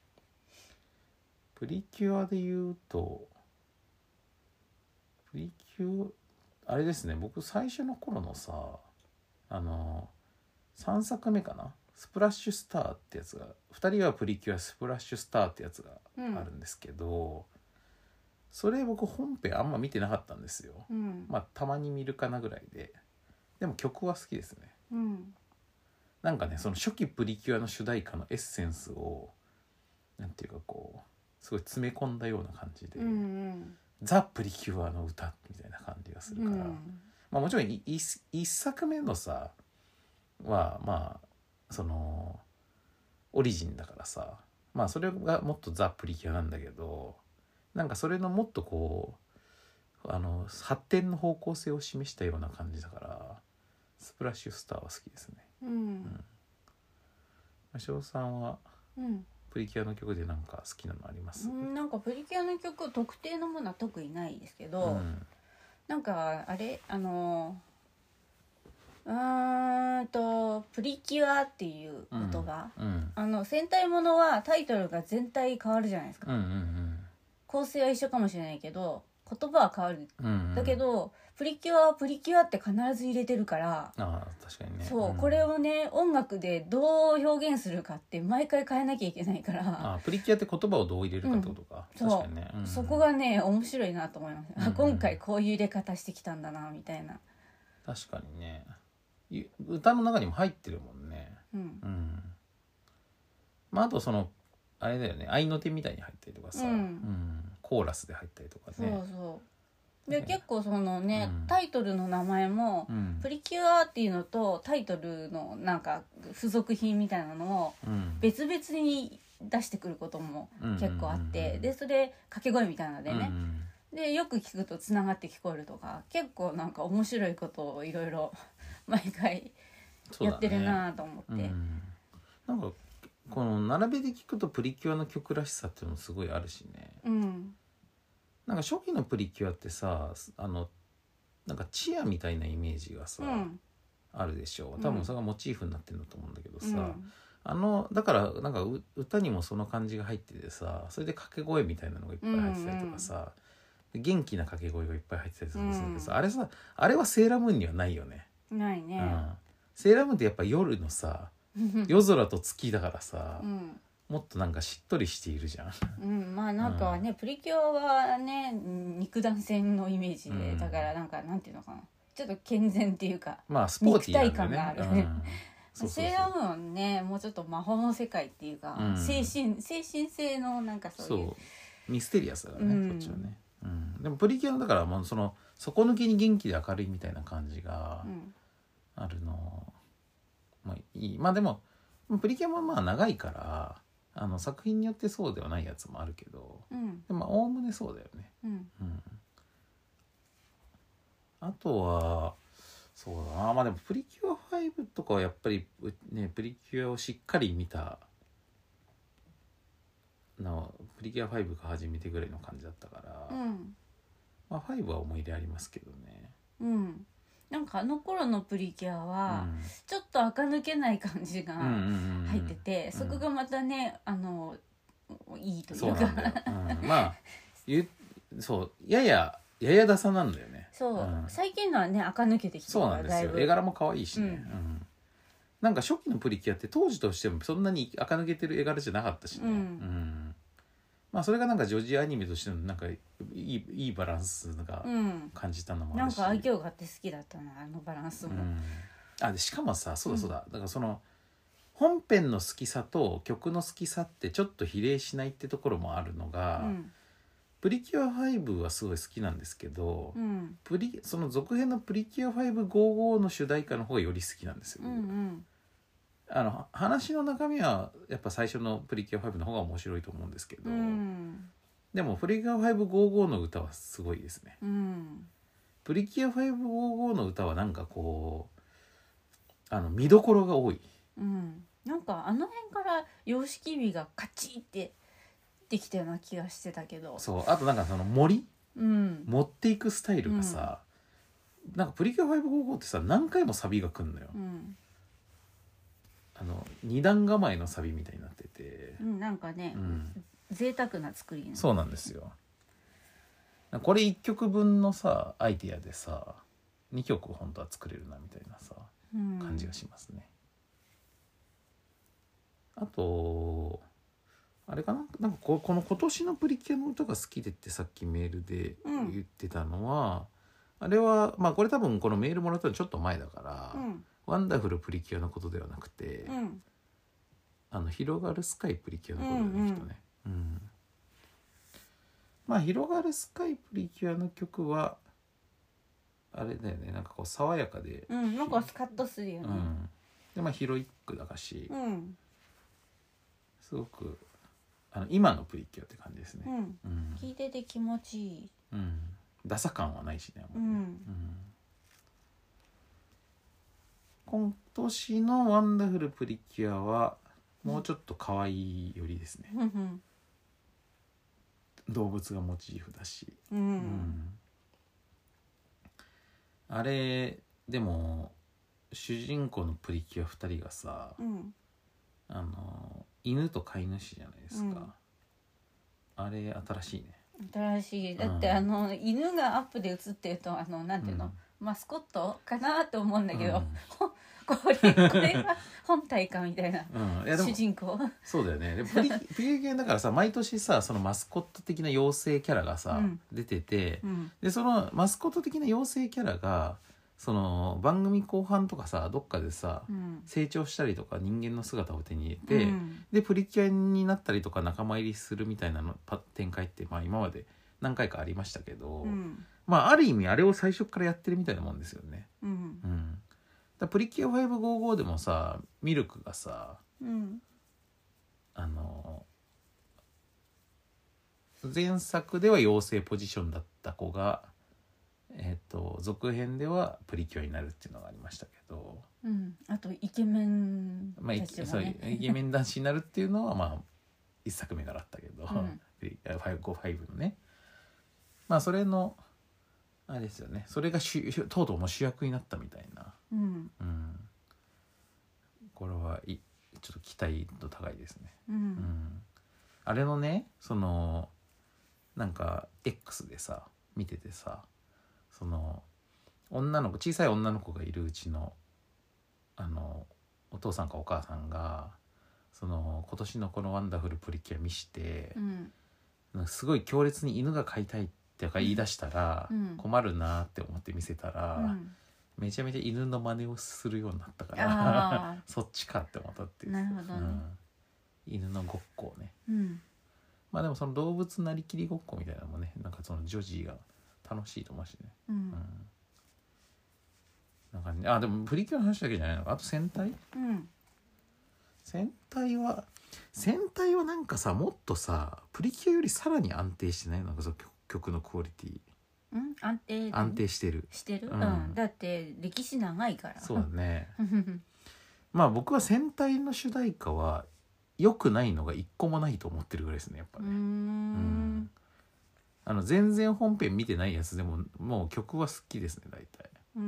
プリキュアで言うとプリキュアあれですね、僕最初の頃のさ、あのさんさくめかな、スプラッシュスターってやつが、ふたりはプリキュアスプラッシュスターってやつがあるんですけど、うん、それ僕本編あんま見てなかったんですよ、うん、まあたまに見るかなぐらいで、でも曲は好きですね、うん、なんかねその初期プリキュアの主題歌のエッセンスをなんていうかこうすごい詰め込んだような感じで、うんうん、ザ・プリキュアの歌みたいな感じがするから、うん、まあもちろん一作目のさはまあそのオリジンだからさ、まあそれがもっとザ・プリキュアなんだけど、なんかそれのもっとこうあの発展の方向性を示したような感じだからスプラッシュスターは好きですね。うん。翔、うん、さんは、うん、プリキュアの曲でなんか好きなのあります？ うん、なんかプリキュアの曲特定のものは特にないですけど、うん、なんかあれあのうーんとプリキュアっていう言葉、うんうん、あの戦隊ものはタイトルが全体変わるじゃないですか、うんうんうん、構成は一緒かもしれないけど言葉は変わる、うんうん、だけどプリキュアはプリキュアって必ず入れてるから、 あ確かにね、 そう、うん、これをね音楽でどう表現するかって毎回変えなきゃいけないから、 あプリキュアって言葉をどう入れるかってことか、うん、確かにね、 うん、そこがね面白いなと思います、うんうん、今回こういう入れ方してきたんだなみたいな。 確かにね歌の中にも入ってるもんね、うんうん、まああとそのあれだよね合いの手みたいに入ったりとかさ、うんうん、コーラスで入ったりとかね、 そうそうで、ね、結構そのね、うん、タイトルの名前も、うん、プリキュアっていうのとタイトルのなんか付属品みたいなのを別々に出してくることも結構あって、うんうんうん、でそれ掛け声みたいなのでね、うんうん、でよく聞くとつながって聞こえるとか結構なんか面白いことをいろいろ毎回やってるなと思って、ね、 うん、なんかこの並べで聞くとプリキュアの曲らしさっていうのもすごいあるしね、うん、なんか初期のプリキュアってさあのなんかチアみたいなイメージがさ、うん、あるでしょう、多分それがモチーフになってるんだと思うんだけどさ、うん、あのだからなんか歌にもその感じが入っててさ、それで掛け声みたいなのがいっぱい入ってたりとかさ、うんうん、元気な掛け声がいっぱい入ってたりするんだけどさ、うん、あれさあれはセーラームーンにはないよね。 ないね、うん、 セーラームーンってやっぱ夜のさ夜空と月だからさ、うん、もっとなんかしっとりしているじゃん、 うん、まあなんかね、うん、プリキュアはね肉弾戦のイメージで、うん、だからなんかなんていうのかなちょっと健全っていうか、 まあスポーティーなんだよね、 肉体感があるね、うん、セーラームーンねもうちょっと魔法の世界っていうか、うん、精神精神性のなんかそういうそうミステリアスだからね、うん、こっちはね、うん、でもプリキュアだからもうその底抜けに元気で明るいみたいな感じが、うん、 あるのまあいい。まあでもプリキュアもまあ長いからあの作品によってそうではないやつもあるけど、 うん、 でもおおむねそうだよね。 うんうん、あとはそうだな、まあでもプリキュアファイブとかはやっぱりねプリキュアをしっかり見たのプリキュアファイブが初めてぐらいの感じだったから、 うん、 まあファイブは思い入れありますけどね。 うん、なんかあの頃のプリキュアはちょっと垢抜けない感じが入ってて、そこがまたねあのいいというか、 そうなんだよ、うん、まあゆそうややややダサなんだよね。 そう、 うん、 最近のはね垢抜けてきてる。 そうなんですよ。絵柄も可愛いしね、 うんうん、なんか初期のプリキュアって当時としてもそんなに垢抜けてる絵柄じゃなかったしね、 うんうん 、まあそれがなんか女児アニメとしてのなんかいいいいバランスが感じたのもあるし、 うん、なんか愛嬌があって好きだったなあのバランスも、うん、 あでしかもさそうだそうだ、うん、だからその本編の好きさと曲の好きさってちょっと比例しないってところもあるのが、うん、プリキュアファイブはすごい好きなんですけど、うん、プリその続編のプリキュアファイブごじゅうごの主題歌の方がより好きなんですよ、 うんうん、 あの話の中身はやっぱ最初のプリキュアファイブの方が面白いと思うんですけど、うん、でもプリキュアファイブごじゅうごの歌はすごいですね、うん、プリキュアファイブごじゅうごの歌はなんかこうあの見どころが多い、 うん、なんかあの辺から様式美がカチッってできたような気がしてたけど、 そうあとなんかその森、 うん、 持っていくスタイルがさ、うん、なんかプリキュアファイブごじゅうごってさ何回もサビが来んのよ、うん、あの二段構えのサビみたいになってて、 うん、なんかね、うん、贅沢な作り、ね、 そうなんですよ。これいっきょくぶんのさアイディアでさにきょく本当は作れるなみたいなさ、うん、感じがしますね。あとあれかな、なんかここの今年のプリキュアの歌が好きでってさっきメールで言ってたのは、うん、あれはまあこれ多分このメールもらったのちょっと前だから、うん、ワンダフルプリキュアのことではなくて、うん、あの広がるスカイプリキュアのことだよね、うんうん、きっとね、うん、まあ広がるスカイプリキュアの曲はあれだよね、なんかこう爽やかで、 うん、なんかスカッとするよね、うん、 でまあヒロイックだし、 うん、 すごくあの今のプリキュアって感じですね、 うんうん、聞いてて気持ちいい、 うん、ダサ感はないしね、 うんうん、 今年のワンダフルプリキュアはもうちょっと可愛いよりですね、うん、動物がモチーフだし、うんうん、あれでも主人公のプリキュアふたりがさ、うん、あの犬と飼い主じゃないですか、うん、あれ新しいね。 新しい。だって、うん、あの犬がアップで映ってるとあのなんていうの、うん、マスコットかなと思うんだけど、うん、これこれが本体かみたいな、うん、いやでも主人公そうだよね。でプリプリキュアだからさ毎年さそのマスコット的な妖精キャラがさ、うん、出てて、うん、でそのマスコット的な妖精キャラがその番組後半とかさどっかでさ、うん、成長したりとか人間の姿を手に入れて、うん、でプリキュアになったりとか仲間入りするみたいなの展開って、まあ、今まで何回かありましたけど、うん、まあある意味あれを最初からやってるみたいなもんですよね、うんうん、だプリキュアごひゃくごじゅうごでもさミルクがさ、うん、あの前作では妖精ポジションだった子がえー、と続編ではプリキュアになるっていうのがありましたけど、 うん、あとイケメンたちもね、まあ、そうイケメン男子になるっていうのはまあ一作目からあったけど、うん、ごじゅうごのねまあそれのあれですよね、それがしとうとうも主役になったみたいな、うんうん、これはいちょっと期待度高いですね、うんうん、あれのねそのなんか X でさ見ててさその女の子小さい女の子がいるうちのあのお父さんかお母さんがその今年のこのワンダフルプリキュア見して、うん、すごい強烈に犬が飼いたいって言い出したら、うん、困るなって思って見せたら、うん、めちゃめちゃ犬の真似をするようになったからそっちかって思ったっていう、 なるほどね、うん、 犬のごっこをね、うん、まあでもその動物なりきりごっこみたいなのもねなんかそのジョジーが楽しいと思うしね、うんうん、 なんか、ね、あでもプリキュアの話だけじゃないのか。あと戦隊、 うん、 戦隊は戦隊はなんかさもっとさプリキュアよりさらに安定してないなんかその 曲, 曲のクオリティうん安定安定してるしてる、 うんうん、だって歴史長いからそうだねまあ僕は戦隊の主題歌は良くないのが一個もないと思ってるぐらいですねやっぱね。 うーんうんあの全然本編見てないやつでももう曲は好きですね大体。 うん、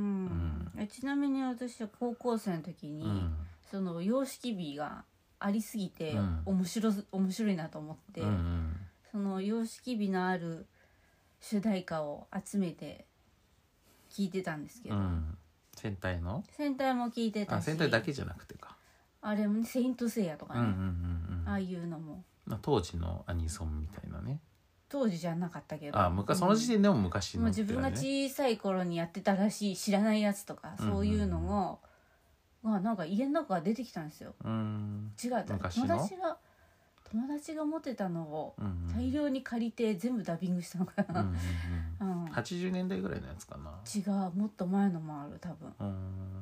えちなみに私は高校生の時に、うん、その様式美がありすぎて、うん、面白面白いなと思って、うんうん、その様式美のある主題歌を集めて聴いてたんですけど、うん、 戦隊の戦隊も聴いてたし、 あ戦隊だけじゃなくてかあれもねセイントセイヤとかね、うんうんうんうん、ああいうのも当時のアニソンみたいなね。 当時じゃなかったけど、 あ昔その時点でも昔の、 ね、もう自分が小さい頃にやってたらしい知らないやつとか、そういうのが、うんうん、なんか家の中が出てきたんですよ。うん違う友達が友達が持ってたのを大量に借りて全部ダビングしたのかな、うんうんうん、はちじゅうねんだいぐらいのやつかな。 違うもっと前のもある多分。うん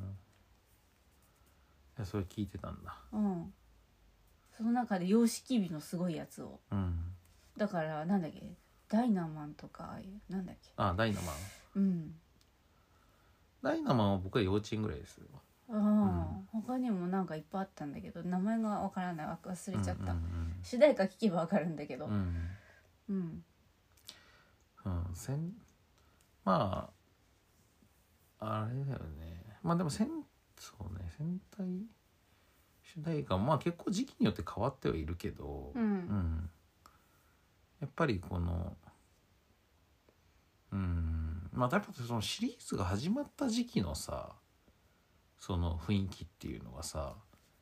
いやそれ聞いてたんだ。 うんその中で様式美のすごいやつを、うんだからなんだっけダイナマンとかなんだっけあダイナマンうんダイナマンは僕は幼稚園ぐらいですよ。 あ、うん、他にもなんかいっぱいあったんだけど名前がわからない忘れちゃった、うんうんうん、主題歌聴けばわかるんだけどうんうん、 うん、せんまああれだよねまあでもせんそうね戦隊主題歌まあ結構時期によって変わってはいるけど、うんうんやっぱりこのうんまあやっぱそのシリーズが始まった時期のさその雰囲気っていうのがさ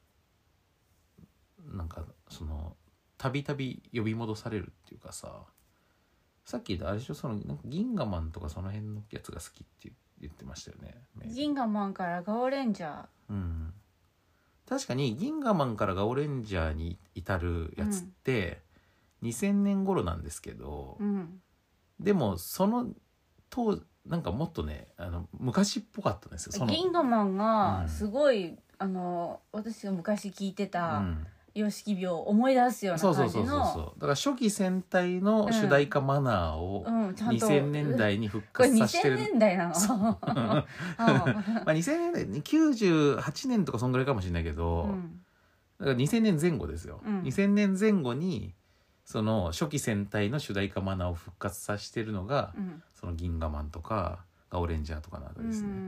なんかそのたびたび呼び戻されるっていうかささっき言ったあれでしょそのなんか銀河マンとかその辺のやつが好きって言ってましたよね。 銀河マンからガオレンジャーうん確かに銀河マンからガオレンジャーに至るやつって、うんにせんねん頃なんですけど、うん、でもその当なんかもっとねあの昔っぽかったんですよ。その銀河マンがすごい、うん、あの私が昔聞いてた様式美を思い出すような感じの、そうそうそうそうだから初期戦隊の主題歌マナーをにせんねんだいに復活させてる、 これにせんねんだいなのまあにせんねんだいきゅうじゅうはちねんとかそんぐらいかもしれないけど、うん、だからにせんねんぜん後ですよ、うん、にせんねんぜん後にその初期戦隊の主題歌マナーを復活させてるのが、うん、その銀河マンとかガオレンジャーとかなわけですね、うんうん、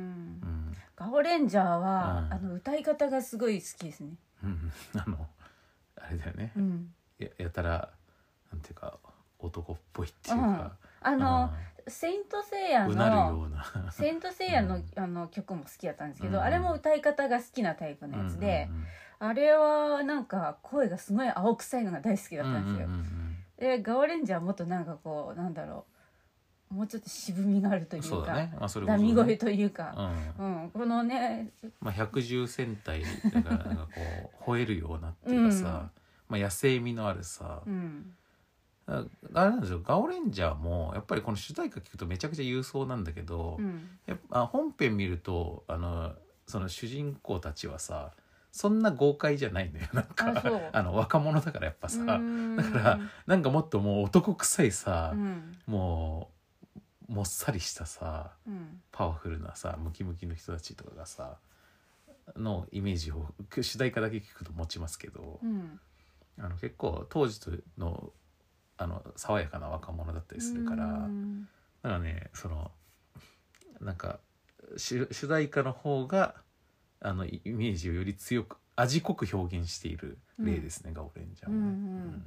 ガオレンジャーは、うん、あの歌い方がすごい好きですね、 うん、あのあれだよね、うん、や, やたらなんていうか男っぽいっていうか、うん、 あのセイントセイヤのうなるようなセイントセイヤの、うん、あの曲も好きだったんですけど、うん、あれも歌い方が好きなタイプのやつで、うんうんうんあれはなんか声がすごい青臭いのが大好きだったんですよ、うんうんうんうん、でガオレンジャーはもっとなんかこうなんだろうもうちょっと渋みがあるというかそうだね、まあそれこそね、ダミ声というか、うんうん、このね、 まあ、百獣戦隊だからなんかこう吠えるようなっていうかさ、うんまあ、野生味のあるさ、うん、あれなんですよガオレンジャーもやっぱりこの主題歌聞くとめちゃくちゃ勇壮なんだけど、うん、やっぱ本編見るとあのその主人公たちはさそんな豪快じゃないのよなんか あ, あの若者だからやっぱさだからなんかもっともう男臭いさ、うん、もうもっさりしたさ、うん、パワフルなさムキムキの人たちとかがさのイメージを主題歌だけ聞くと持ちますけど、うん、あの結構当時のあの爽やかな若者だったりするからだからねそのなんか主題歌の方があのイメージをより強く味濃く表現している例ですね、うん、ガオレンジャーもね、うん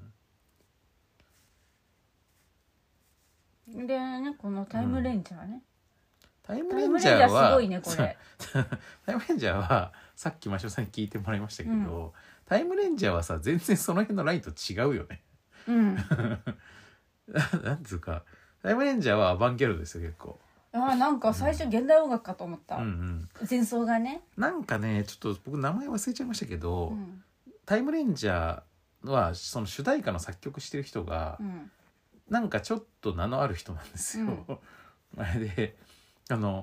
うん、でねこのタイムレンジャーね、 うん、タイムレンジャーはすごいねこれタイムレンジャーはさっきマシオさんに聞いてもらいましたけど、うん、タイムレンジャーはさ全然その辺のラインと違うよね、うん、なんつうかタイムレンジャーはアバンギャルドですよ結構あなんか最初現代音楽かと思った、うんうん、前奏がねなんかねちょっと僕名前忘れちゃいましたけど、うん、タイムレンジャーはその主題歌の作曲してる人が、うん、なんかちょっと名のある人なんですよ、うん、あれであの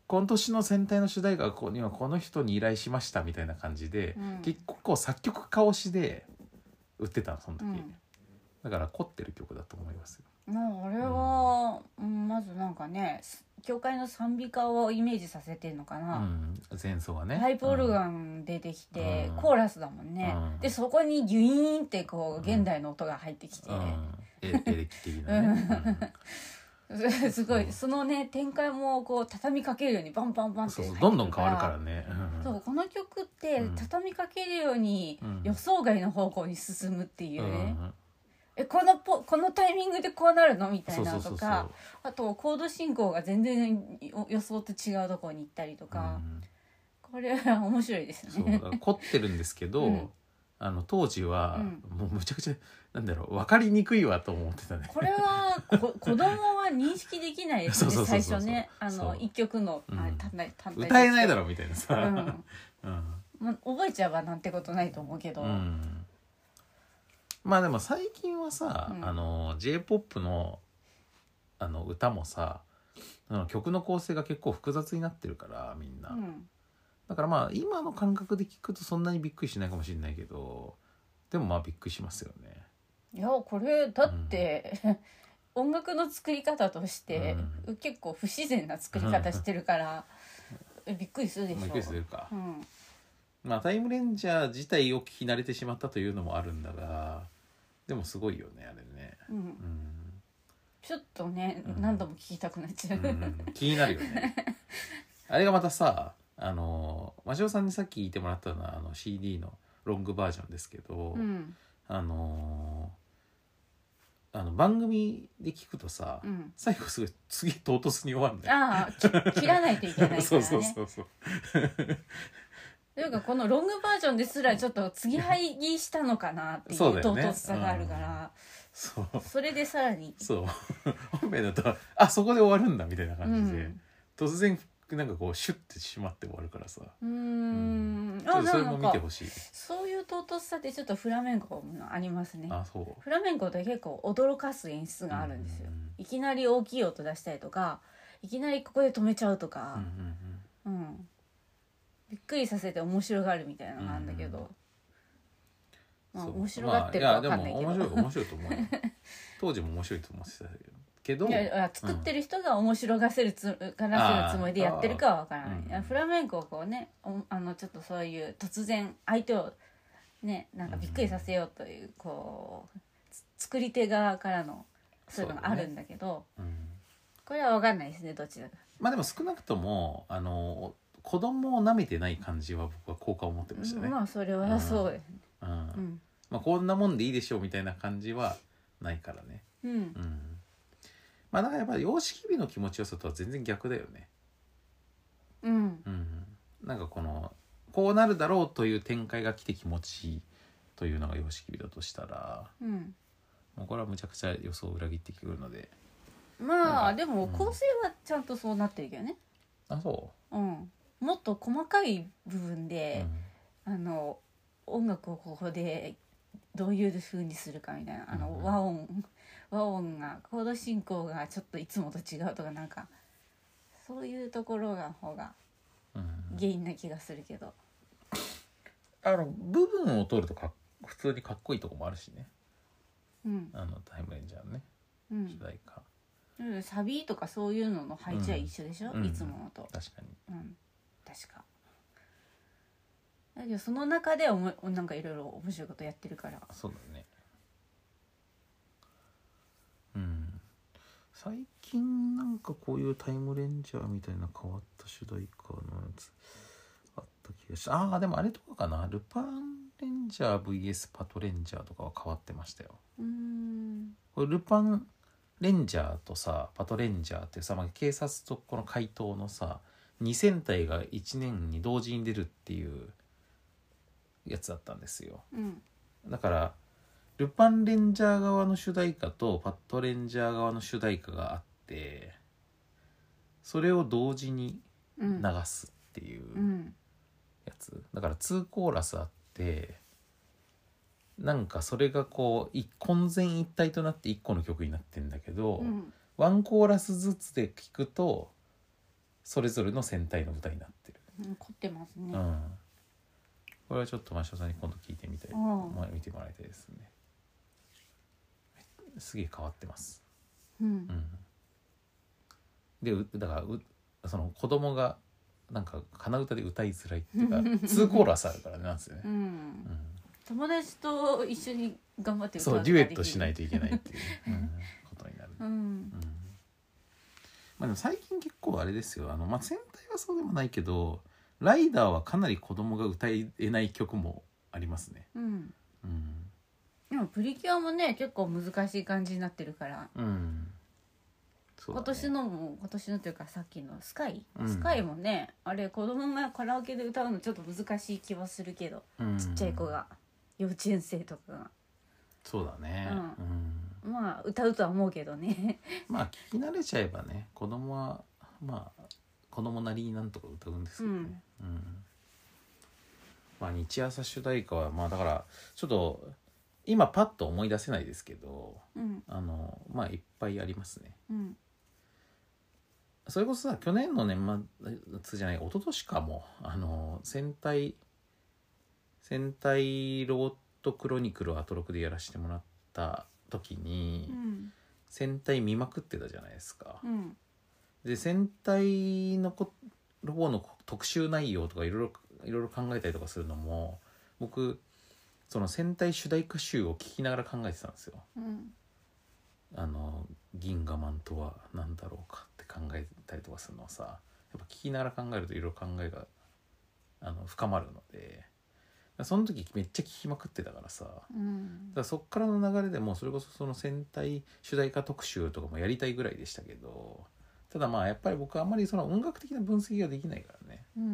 今年の戦隊の主題歌にはこの人に依頼しましたみたいな感じで、うん、結構こう作曲家推しで売ってたのその時、うん、だから凝ってる曲だと思いますよ。 もう俺は、うん、まずなんかね教会の賛美歌をイメージさせてんのかな、うん、 前奏がねパイプオルガン出てきて、うん、コーラスだもんね、うん、でそこにギュイーンってこう現代の音が入ってきて、うんうん、 エレキ的なね、 うん、すごいそのね展開もこう畳みかけるようにバンバンバンってそうそうどんどん変わるからね、 うん、そうこの曲って畳みかけるように予想外の方向に進むっていうね、うんうんえこのポこのタイミングでこうなるのみたいなとかあとコード進行が全然予想と違うところに行ったりとか、うん、これは面白いですね。 そう凝ってるんですけど、うん、あの当時は、うん、もうむちゃくちゃなんだろう分かりにくいわと思ってたね。 これはこ子供は認識できないですね最初ねあの一曲の、うん、あ単体単体歌えないだろみたいなさ、うんうんまあ、覚えちゃえばなんてことないと思うけど。うんまあでも最近はさ、うん、あの J-ポップ の, あの歌もさ曲の構成が結構複雑になってるからみんな、うん、だからまあ今の感覚で聞くとそんなにびっくりしないかもしれないけどでもまあびっくりしますよね。 いやこれだって、うん、音楽の作り方として、うん、結構不自然な作り方してるから、うん、びっくりするでしょ。 びっくりするか、うんまあ、タイムレンジャー自体を聞き慣れてしまったというのもあるんだがでもすごいよねあれね、うんうん、 ちょっとね、うん、何度も聞きたくなっちゃう、うん、 気になるよねあれがまたさあの真汐さんにさっき言ってもらったのはあの シーディー のロングバージョンですけど、うん、あのあの番組で聞くとさ、うん、最後すごい次唐突に終わるんだよ。 ああ切らないといけないからねそうそうそうそうというかこのロングバージョンですらちょっと継ぎはぎしたのかなっていう唐突さがあるから、そう、それでさらにそう本編だとあそこで終わるんだみたいな感じで、うん、突然なんかこうシュッてしまって終わるからさうーん、うん、ちょっとそれも見てほしい。 そういう唐突さってちょっとフラメンコもありますね。 あそうフラメンコって結構驚かす演出があるんですよ。いきなり大きい音出したりとかいきなりここで止めちゃうとか、うんうんうんうんびっくりさせて面白がるみたいなのがあるんだけど、うん、まあ面白がってるか分かんないけど、まあ、いやでも面白い面白いと思うよ当時も面白いと思ってたけどいや作ってる人が面白がせるつ、うん、からせるつもりでやってるかは分からない。いやフラメンコをこうねあのちょっとそういう突然相手をねなんかびっくりさせようというこう作り手側からのそういうのがあるんだけど、ねうん、これは分かんないですねどっちだか。 まあでも少なくともあの子供を舐めてない感じは僕は好感を持ってましたね。 まあそれはそうですね。 うん。うん、まあこんなもんでいいでしょうみたいな感じはないからね。うん。うん、まあだからやっぱり様式美の気持ちよさとは全然逆だよね。うん。うん。なんかこのこうなるだろうという展開が来て気持ちいいというのが様式美だとしたら、うん。もうこれはむちゃくちゃ予想を裏切ってくるので。 まあでも構成はちゃんとそうなってるけどね。 うん、あそう。 うん。もっと細かい部分で、うん、あの音楽をここでどういう風にするかみたいなあの、うん、和音和音がコード進行がちょっといつもと違うとかなんかそういうところが方が原因な気がするけど、 うん、あの部分を取るとか普通にかっこいいとこもあるしね、うん、あのタイムレンジャーのね、うん、主題歌サビとかそういうのの配置は一緒でしょ、うん、いつものと確かに、うん確かだけどその中でおもなんかいろいろ面白いことやってるからそうだね。うん最近なんかこういうタイムレンジャーみたいな変わった主題歌のやつあった気がしああでもあれとかかなルパンレンジャー ブイエス パトレンジャーとかは変わってましたよ。うーんこれルパンレンジャーとさパトレンジャーってさ、まあ、警察とこの怪盗のさに戦隊がいちねんに同時に出るっていうやつだったんですよ、うん、だからルパンレンジャー側の主題歌とパットレンジャー側の主題歌があってそれを同時に流すっていうやつ、うん、だからにコーラスあってなんかそれがこう混然一体となっていっこの曲になってんだけど、うん、ワンコーラスずつで聴くとそれぞれの戦隊の歌になってる、 うん、凝ってますね、 うん、これはちょっと真汐さんに今度聞いてみたい、まあ、見てもらいたいですね。すげえ変わってます、 うんうん、 でだからうその子供がなんか鼻歌で歌いづらいっていうかツーコーラスあるからねなんですよね、うんうん、 友達と一緒に頑張って歌うそうデュエットしないといけないっていう、うん、ことになる、うんうん、まあ、でも最近結構あれですよあの、まあ、戦隊はそうでもないけどライダーはかなり子供が歌えない曲もありますね、うんうん、でもプリキュアもね結構難しい感じになってるから、うんそうだね、今年のも今年のというかさっきのスカイ、うん、スカイもねあれ子供がカラオケで歌うのちょっと難しい気はするけど、うん、ちっちゃい子が幼稚園生とかがそうだね、 うんうん、まあ歌うとは思うけどねまあ聞き慣れちゃえばね子供はまあ子供なりになんとか歌うんですけどね、うんうん、まあ日朝主題歌はまあだからちょっと今パッと思い出せないですけど、うん、あのまあいっぱいありますね、うん、それこそさ去年の年末じゃない一昨年かもあの戦隊戦隊ロボットクロニクルをアトロクでやらせてもらった時に、うん、戦隊見まくってたじゃないですか、うん、で戦隊のこロボの特集内容とかいろいろいろいろ考えたりとかするのも僕その戦隊主題歌集を聞きながら考えてたんですよ、うん、あの銀河マンとは何だろうかって考えたりとかするのをさやっぱ聞きながら考えるといろいろ考えがあの深まるのでその時めっちゃ聞きまくってたからさ、うん、だからそっからの流れでもそれこそその戦隊主題歌特集とかもやりたいぐらいでしたけどただまあやっぱり僕はあんまりその音楽的な分析ができないからね、うんうん、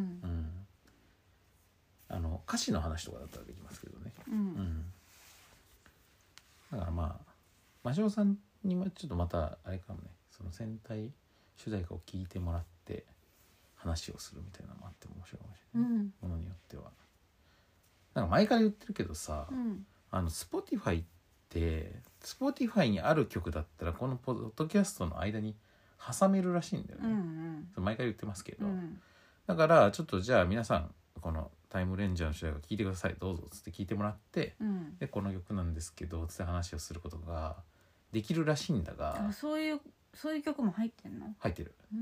あの歌詞の話とかだったらできますけどね、うんうん、だからまあ真汐さんにもちょっとまたあれかもねその戦隊主題歌を聞いてもらって話をするみたいなのもあっても面白いかもしれない、うん、ものによってはなんか前から言ってるけどさ、うん、あの Spotify って Spotify にある曲だったらこのポッドキャストの間に挟めるらしいんだよね、うんうん、毎回言ってますけど、うん、だからちょっとじゃあ皆さんこのタイムレンジャーの主題歌聴いてくださいどうぞつって聞いてもらって、うん、でこの曲なんですけどつって話をすることができるらしいんだがあそういうそういう曲も入ってんの入ってるうん、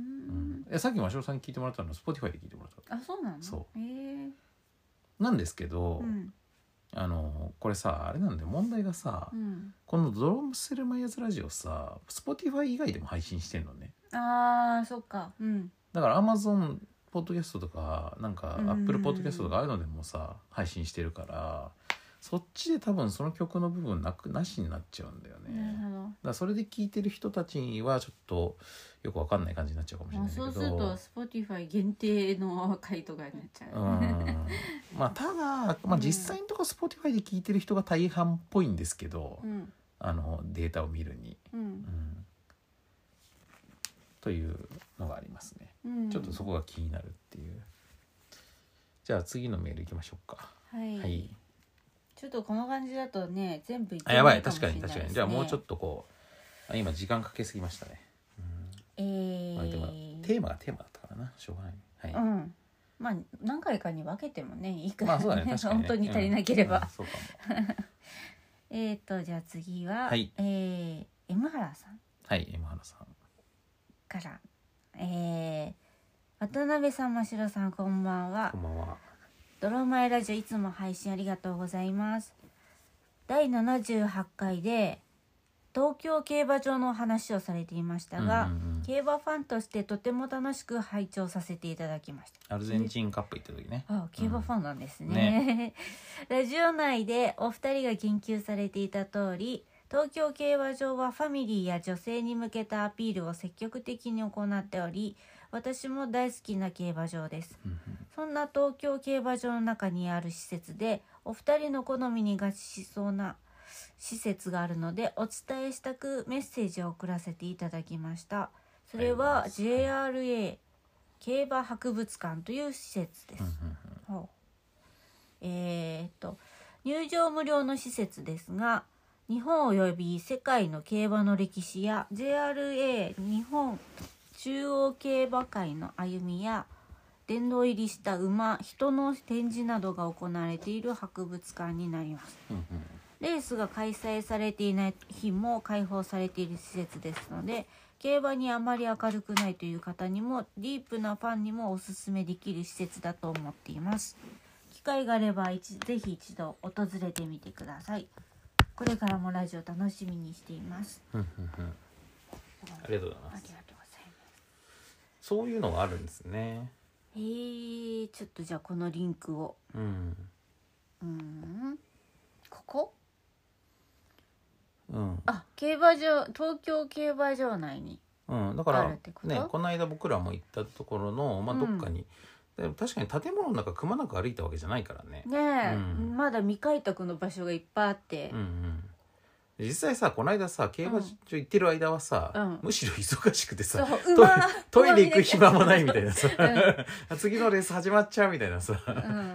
うん、さっき真汐さんに聞いてもらったの Spotify で聞いてもらったあそうなのそうへえなんですけど、うん、あのこれさあれなんだよ問題がさ、うん、このドロムセルマイヤーズラジオさ Spotify 以外でも配信してんのねあーそっか、うん、 だから Amazon ポッドキャストとかなんか Apple ポッドキャストとかああいうのでもさ配信してるからそっちで多分その曲の部分なくなしになっちゃうんだよね。なるほど。だからそれで聴いてる人たちにはちょっとよくわかんない感じになっちゃうかもしれないけど。 そうすると Spotify 限定の回とかになっちゃう。うん。 まあただ、まあ、実際のところ Spotify で聴いてる人が大半っぽいんですけど、うん、あのデータを見るに、うんうん、というのがありますね、うん。ちょっとそこが気になるっていう。じゃあ次のメールいきましょうか。 はい。はいちょっとこの感じだとね全部いけないかもしれないですね。やばい確かに確かにじゃあもうちょっとこう今時間かけすぎましたね、うん、えーまあ、でもテーマがテーマだったからなしょうがない、はいうん、 まあ何回かに分けてもねいいから、 まあそうだね確かにね、 本当に足りなければ、 うんうん、そうかもえっとじゃあ次は、 はいえー、M 原さんはい M 原さんからえー、渡辺さん真城さんこんばんはこんばんはドロマイラジオいつも配信ありがとうございます。だいななじゅうはちかいで東京競馬場の話をされていましたが、うんうんうん、競馬ファンとしてとても楽しく拝聴させていただきました。 アルゼンチンカップ行った時ね。 ああ競馬ファンなんですね。うんねラジオ内でお二人が言及されていた通り、東京競馬場はファミリーや女性に向けたアピールを積極的に行っており、私も大好きな競馬場です。うんうんそんな東京競馬場の中にある施設でお二人の好みに合致しそうな施設があるのでお伝えしたくメッセージを送らせていただきました。それは ジェイアールエー 競馬博物館という施設です。えー、っと入場無料の施設ですが日本および世界の競馬の歴史や ジェイアールエー 日本中央競馬会の歩みや殿堂入りした馬、人の展示などが行われている博物館になります。 うんうん、 レースが開催されていない日も開放されている施設ですので、競馬にあまり明るくないという方にもディープなファンにもおすすめできる施設だと思っています。機会があれば一ぜひ一度訪れてみてください。これからもラジオ楽しみにしています。 うんうんうん、ありがとうございます。 ありがとうございます。 そういうのがあるんですね。 えー、ちょっとじゃあこのリンクを、 うん、 うーんここ、 うん、 あ、競馬場、東京競馬場内にうん、だからあるってことね、この間僕らも行ったところの、まあ、どっかに、うん、でも確かに建物の中くまなく歩いたわけじゃないからね。 ねえ、うん、まだ未開拓の場所がいっぱいあって、 うんうん、実際さこの間さ競馬場行ってる間はさ、うん、むしろ忙しくてさ、トイレ行く暇もないみたいなさ、うん、次のレース始まっちゃうみたいなさ、うんうん、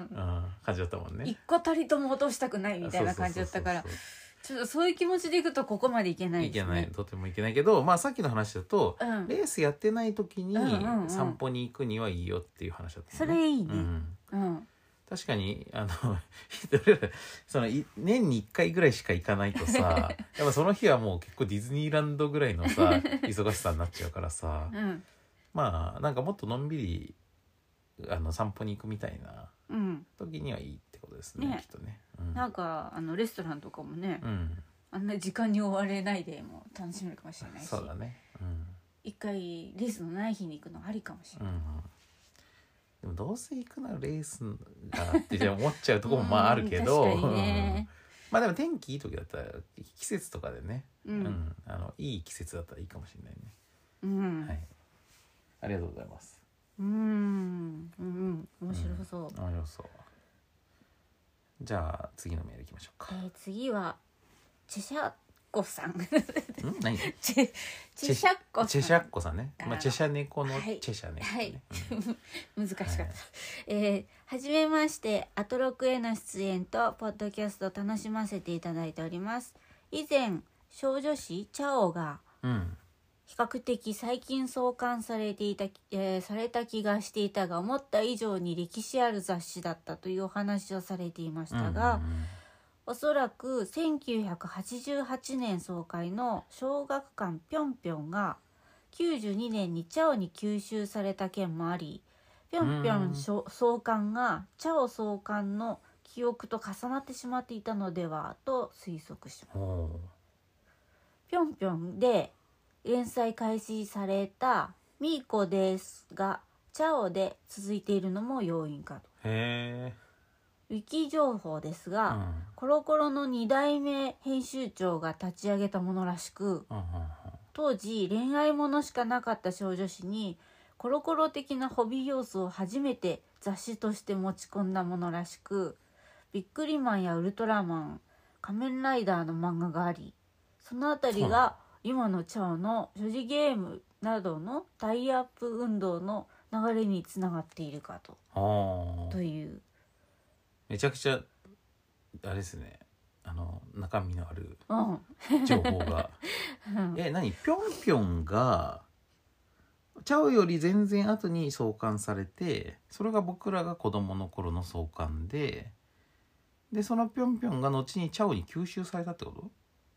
感じだったもんね。 一個たりとも落としたくないみたいな感じだったから、ちょっとそういう気持ちでいくとここまでいけないですね。 いけない、とてもいけないけど、まあさっきの話だと、うん、レースやってない時に散歩に行くにはいいよっていう話だった、ね、 それいいね、 うんうん、 確かにあのその年にいっかいぐらいしか行かないとさやっぱその日はもう結構ディズニーランドぐらいのさ忙しさになっちゃうからさ、うん、まあなんかもっとのんびりあの散歩に行くみたいな時にはいいってことですね、うん、きっとね、 うん、なんかあのレストランとかもね、うん、あんな時間に追われないでも楽しめるかもしれないし、 そうだね、うん、 一回レースのない日に行くのありかもしれない、うん、 でもどうせ行くならレースがって思っちゃうところもまああるけど、確かにねまあでも天気いい時だったら季節とかでね、うんうん、あのいい季節だったらいいかもしれないね、うんはい、ありがとうございます。 うんうん面白そう、うん、 面白そう。じゃあ次のメールいきましょうか。 えー、次はチェシャッコさんん何チェチェシャッコさんチェシャッコさんね、まあ、チェシャ猫のチェシャ猫、ねはいはいうん、難しかった、はいえー、はじめまして。アトロクへの出演とポッドキャストを楽しませていただいております。以前少女誌チャオが、うん比較的最近創刊されていた、えー、された気がしていたが思った以上に歴史ある雑誌だったというお話をされていましたが、うんうんうん、おそらくせんきゅうひゃくはちじゅうはちねん創刊の小学館ぴょんぴょんがきゅうじゅうにねんにチャオに吸収された件もあり、ぴょんぴょん創刊がチャオ創刊の記憶と重なってしまっていたのではと推測します。ぴょんぴょんで連載開始されたミーコですがチャオで続いているのも要因かと。 へーウィキ情報ですが、うん、コロコロのにだいめ編集長が立ち上げたものらしく、うんうんうん、当時恋愛ものしかなかった少女誌にコロコロ的なホビー要素を初めて雑誌として持ち込んだものらしく、ビックリマンやウルトラマン、仮面ライダーの漫画があり、そのあたりが、うん今のチャオの所持ゲームなどのタイアップ運動の流れにつながっているかとというめちゃくちゃあれですね、あの中身のある情報が、うん、え何ぴょんぴょんがチャオより全然後に創刊されて、それが僕らが子供の頃の創刊ででそのぴょんぴょんが後にチャオに吸収されたってこと？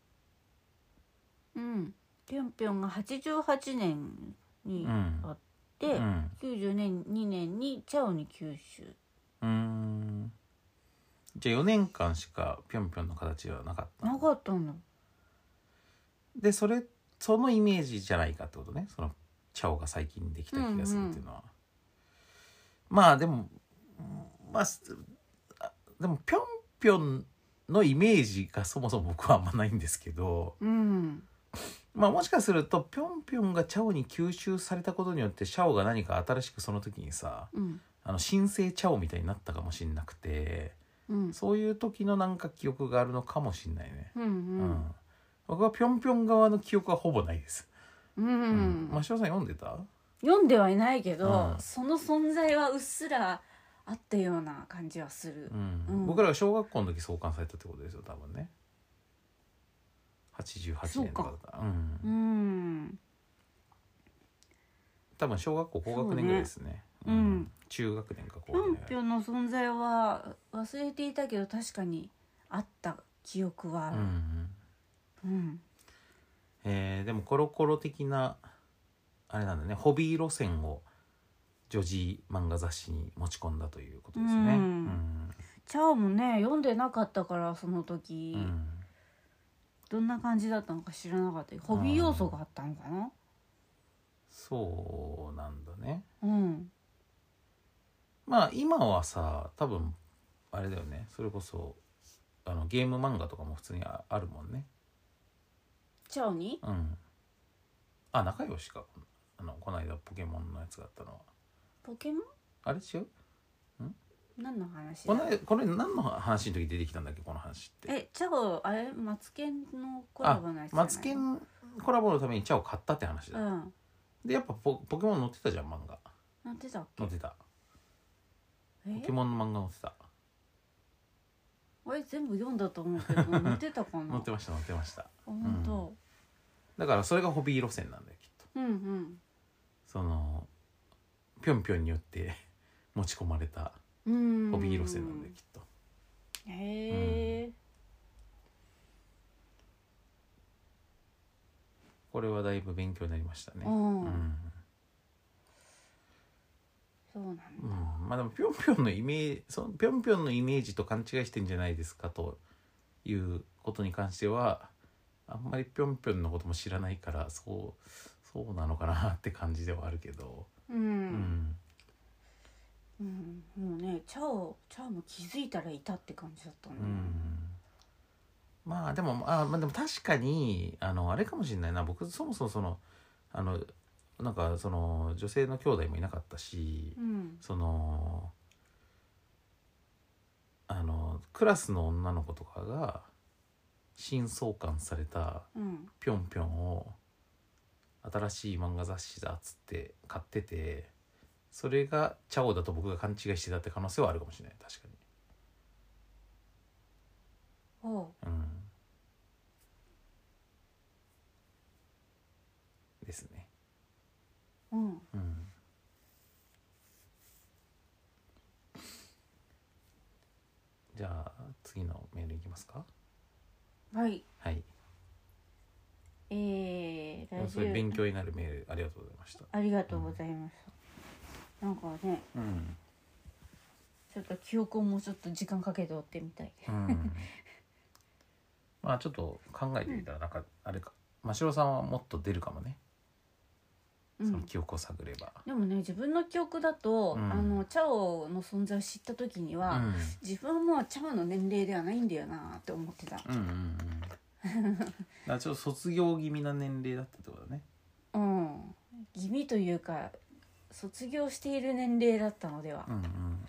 うん、ぴょんぴょんがはちじゅうはちねんにあって、うん、きゅうじゅうにねんにチャオに吸収。 うーんじゃあよねんかんしかぴょんぴょんの形はなかったなかったんだ。 でそれそのイメージじゃないかってことね、そのチャオが最近できた気がするっていうのは、うんうん、まあでもまあでもぴょんぴょんのイメージがそもそも僕はあんまないんですけど、うんまあもしかするとぴょんぴょんがチャオに吸収されたことによってチャオが何か新しくその時にさ、うん、あの新生チャオみたいになったかもしれなくて、うん、そういう時のなんか記憶があるのかもしれないね、うんうんうん、僕はぴょんぴょん側の記憶はほぼないです。うんうん、マシオさん読んでた？ 読んではいないけど、うん、その存在はうっすらあったような感じはする、 うんうん、僕らが小学校の時創刊されたってことですよ多分ね。はちじゅうはちねんとかだったら う, うん、うん多分小学校高学年ぐらいですね。 うね、うん、 中学年か高学年。ぴょんぴょんの存在は忘れていたけど確かにあった記憶はある。うん、 うん、えー、でもコロコロ的なあれなんだね、ホビー路線を女児漫画雑誌に持ち込んだということですね。うんうん、 チャオもね読んでなかったからその時、うん、どんな感じだったのか知らなかった。ホビー要素があったのかな、うん、 そうなんだね。うん、まあ今はさ多分あれだよね、それこそあのゲーム漫画とかも普通に あ, あるもんね。 チャオに？ うん。あ、仲良しか。あのこの間ポケモンのやつがあったのは。 ポケモン？ あれ違う？ ん？何の話だ？このこれ何の話の時出てきたんだっけこの話って。 え、チャオあれマツケンのコラボのやつじゃない？ マツケンコラボのためにチャオ買ったって話だ。うん。でやっぱ ポ, ポケモン載ってたじゃん漫画。 載ってたっけ？ 載ってた。ポケモンの漫画載ってた。 あれ全部読んだと思うけど載ってたかな？ 載ってました載ってました。 本当、うん。 だからそれがホビー路線なんだよきっと。 うんうん。 そのぴょんぴょんによって持ち込まれたホビー路線なんだよきっと。へえ、うん。これはだいぶ勉強になりましたね。うん。うん、 そうなんだ。 うん、まあでもぴょんぴょんのイメージ、そのぴょんぴょんのイメージと勘違いしてんじゃないですかということに関してはあんまりぴょんぴょんのことも知らないからそうそうなのかなって感じではあるけど。うん。うんうん、もうねチャオチャオも気づいたらいたって感じだったね。うん、 まあでもあまあでも確かにあのあれかもしれないな。僕そもそもそのあのなんかその女性の兄弟もいなかったし、うん、そのあのクラスの女の子とかが新創刊されたぴょんぴょんを新しい漫画雑誌だっつって買ってて、それがチャオだと僕が勘違いしてたって可能性はあるかもしれない。確かに。おう、うん、ですね。うん、うん、じゃあ次のメールいきますか。 はいはい。 えー、ラジオそういう勉強になるメールありがとうございました。 ありがとうございます、うん、なんかね、うん、ちょっと記憶をもうちょっと時間かけて追ってみたい、うん、 まあちょっと考えてみたらなんかあれか、真城さんはもっと出るかもね、うん、その記憶を探れば。 でもね自分の記憶だと、うん、あのチャオの存在を知った時には、うん、自分はもうチャオの年齢ではないんだよなって思ってた。うんうんうん。 だからちょっと卒業気味な年齢だったってことだね。 うん。気味というか卒業している年齢だったのでは。うんうん。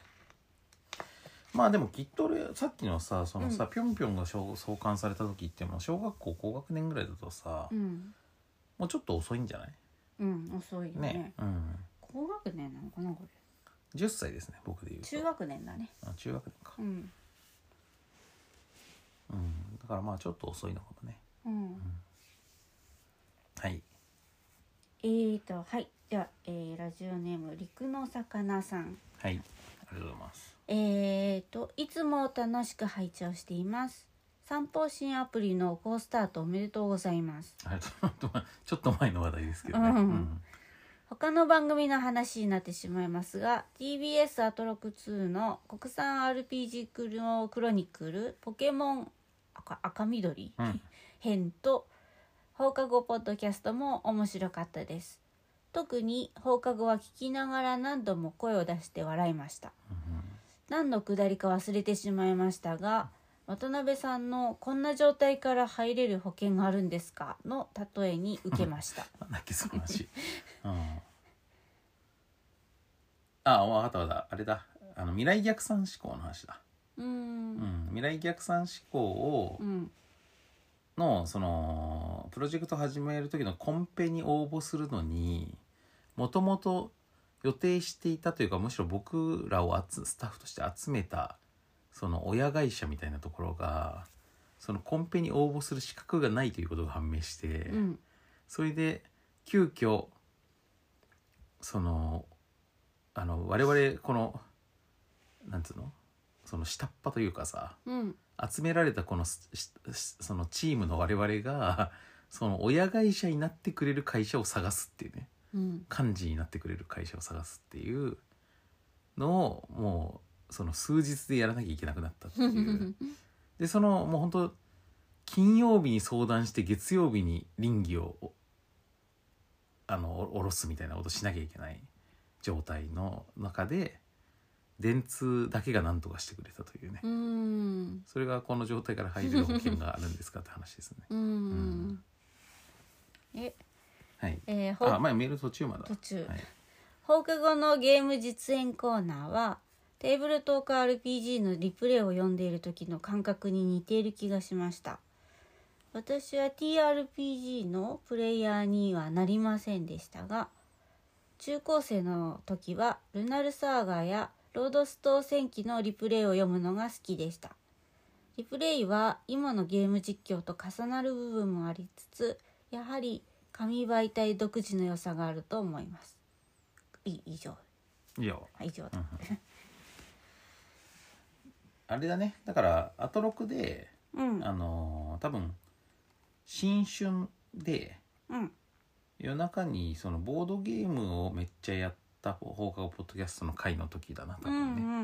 まあでもきっと俺さっきのさそのさ、うん、ぴょんぴょんが創刊された時っても小学校高学年ぐらいだとさ、うん、もうちょっと遅いんじゃない？ うん遅いよね。ね、 うん。 高学年なのかなこれ。 じゅっさいですね僕で言うと。 中学年だね。 あ中学年か。うん。うん、だからまあちょっと遅いのかもね。うん。うん、はい。 えーとはいでは、えー、ラジオネーム陸の魚さん。 はい。ありがとうございます。 えーといつも楽しく拝聴しています。散歩新アプリの好スタートおめでとうございます。 あちょっと前の話題ですけどね。うんうん、 他の番組の話になってしまいますが ティービーエス アトロクツーの国産 アールピージー クロクロニクルポケモン 赤, 赤緑、うん、編と放課後ポッドキャストも面白かったです。特に放課後は聞きながら何度も声を出して笑いました、うん、何のくだりか忘れてしまいましたが渡辺さんのこんな状態から入れる保険があるんですかの例えに受けましたなんだっけその話、うん、あ分かった分かったあれだあの未来逆算思考の話だ。うん、うん、未来逆算思考を、うん、のそのプロジェクト始める時のコンペに応募するのにもともと予定していたというかむしろ僕らをスタッフとして集めたその親会社みたいなところがそのコンペに応募する資格がないということが判明して、うん、それで急遽そのあの我々このなんつうのその下っ端というかさ、 うん、 集められたこのそのチームの我々がその親会社になってくれる会社を探すっていうね、 うん、 幹事になってくれる会社を探すっていうのをもうその数日でやらなきゃいけなくなったっていうでそのもう本当金曜日に相談して月曜日に稟議をあの下ろすみたいなことしなきゃいけない状態の中で電通だけが何とかしてくれたというね、 うん、 それがこの状態から入れる保険があるんですかって話ですね。 うん、うん、え、 はい、 えー、あ、前メール途中まだ途中、 はい、 放課後のゲーム実演コーナーはテーブルトーク アールピージー のリプレイを読んでいる時の感覚に似ている気がしました。私は ティーアールピージー のプレイヤーにはなりませんでしたが、中高生の時はルナルサーガーやロードストー戦記のリプレイを読むのが好きでした。リプレイは今のゲーム実況と重なる部分もありつつ、やはり紙媒体独自の良さがあると思います。い以上いや以上だ、 うん、あれだね、だからアトロクで、 うん、 あのー、多分新春で、 うん、 夜中にそのボードゲームをめっちゃやった放課後ポッドキャストの回の時だな多分ね、 うんうんうんうん、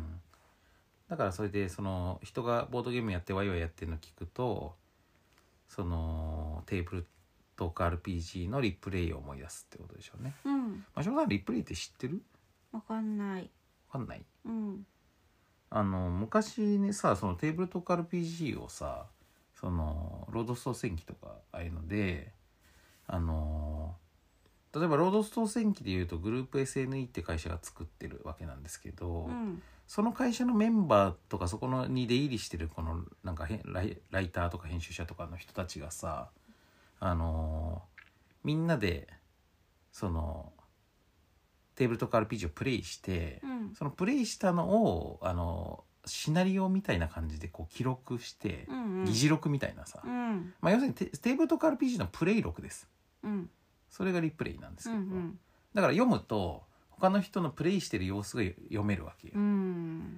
だからそれでその人がボードゲームやってワイワイやってるの聞くと、そのテーブルトーク アールピージー のリプレイを思い出すってことでしょうね。 うん、 まあ、翔さんリプレイって知ってる？ わかんない。 わかんない？ うん、 あの昔ねさ、そのテーブルトーク アールピージー をさ、そのロードストー戦記とかああいうので、あの例えばロードストー戦記でいうとグループ エスエヌイー って会社が作ってるわけなんですけど、 うん、 その会社のメンバーとかそこのに出入りしてるこのなんかライ、ライターとか編集者とかの人たちがさ、あのみんなでそのテーブルとか アールピージー をプレイして、 うん、 そのプレイしたのをあのシナリオみたいな感じでこう記録して、 うんうん、 議事録みたいなさ、 うん、 まあ、要するにテ, テーブルとか アールピージー のプレイ録です、 うん、 それがリプレイなんですけど、 うんうん、 だから読むと他の人のプレイしてる様子が読めるわけよ、 うん、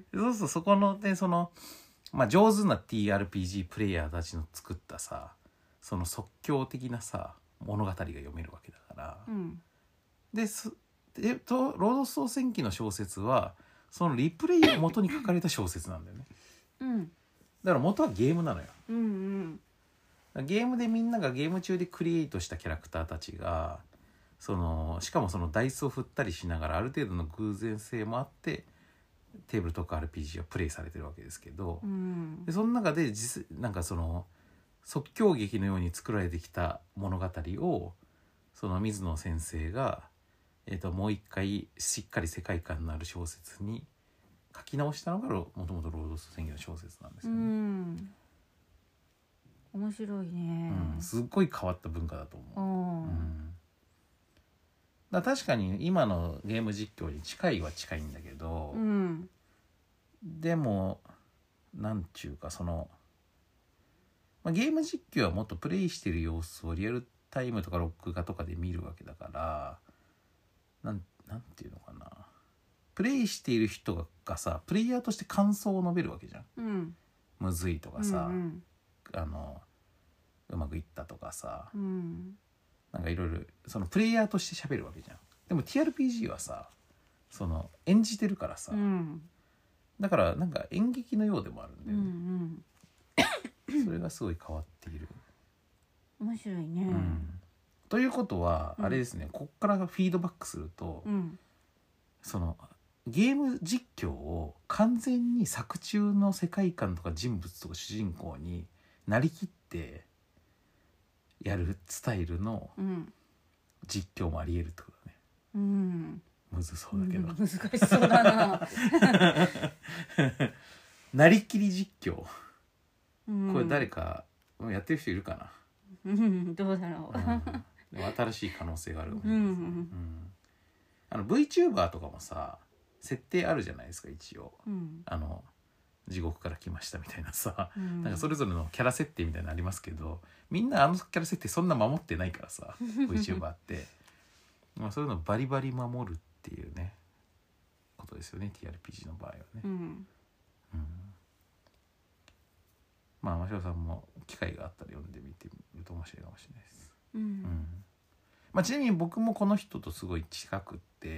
そうするとそこのでその、まあ、上手な ティーアールピージー プレイヤーたちの作ったさ、その即興的なさ物語が読めるわけだから、 うん、 ででとロードストー戦記の小説はそのリプレイを元に書かれた小説なんだよね、 うん、 だから元はゲームなのよ、 うんうん、 ゲームでみんながゲーム中でクリエイトしたキャラクターたちがそのしかもそのダイスを振ったりしながらある程度の偶然性もあってテーブルとか アールピージー をプレイされてるわけですけど、 うん、 でその中で実なんかその即興劇のように作られてきた物語をその水野先生が、えー、ともう一回しっかり世界観のある小説に書き直したのがもともとロードストー戦記の小説なんですよね、うん、 面白いね、 うん、すっごい変わった文化だと思う、うん、だから確かに今のゲーム実況に近いは近いんだけど、 うん、 でもなんちゅうかその、まあ、ゲーム実況はもっとプレイしてる様子をリアルタイムとか録画とかで見るわけだから、なんなんていうのかな、プレイしている人が、がさプレイヤーとして感想を述べるわけじゃん、 うん、 むずいとかさ、 うんうん、 あのうまくいったとかさ、 うん、 なんかいろいろそのプレイヤーとして喋るわけじゃん。でも ティーアールピージー はさその演じてるからさ、 うん、 だからなんか演劇のようでもあるんだよね、 うんうん、それがすごい変わっている。 面白いね、 うん、ということはあれですね、うん、こっからフィードバックすると、 うん、 そのゲーム実況を完全に作中の世界観とか人物とか主人公になりきってやるスタイルの実況もありえるってことだね、 うん、 むずそうだけど、うん、 難しそうだななりきり実況、 うん、 これ誰かやってる人いるかな、 うん、どうだろう、 うん、でも新しい可能性があるかもしれうないですね、うん、あの VTuber とかもさ設定あるじゃないですか一応、 うん、 あの地獄から来ましたみたいなさ、 うん、 なんかそれぞれのキャラ設定みたいなのありますけど、みんなあのキャラ設定そんな守ってないからさVTuber ってまあ、そういうのをバリバリ守るっていうねことですよね ティーアールピージー の場合はね、 うんうん、 まあ真汐さんも機会があったら読んでみてみると面白いかもしれないです、 うんうんまあ、ちなみに僕もこの人とすごい近くって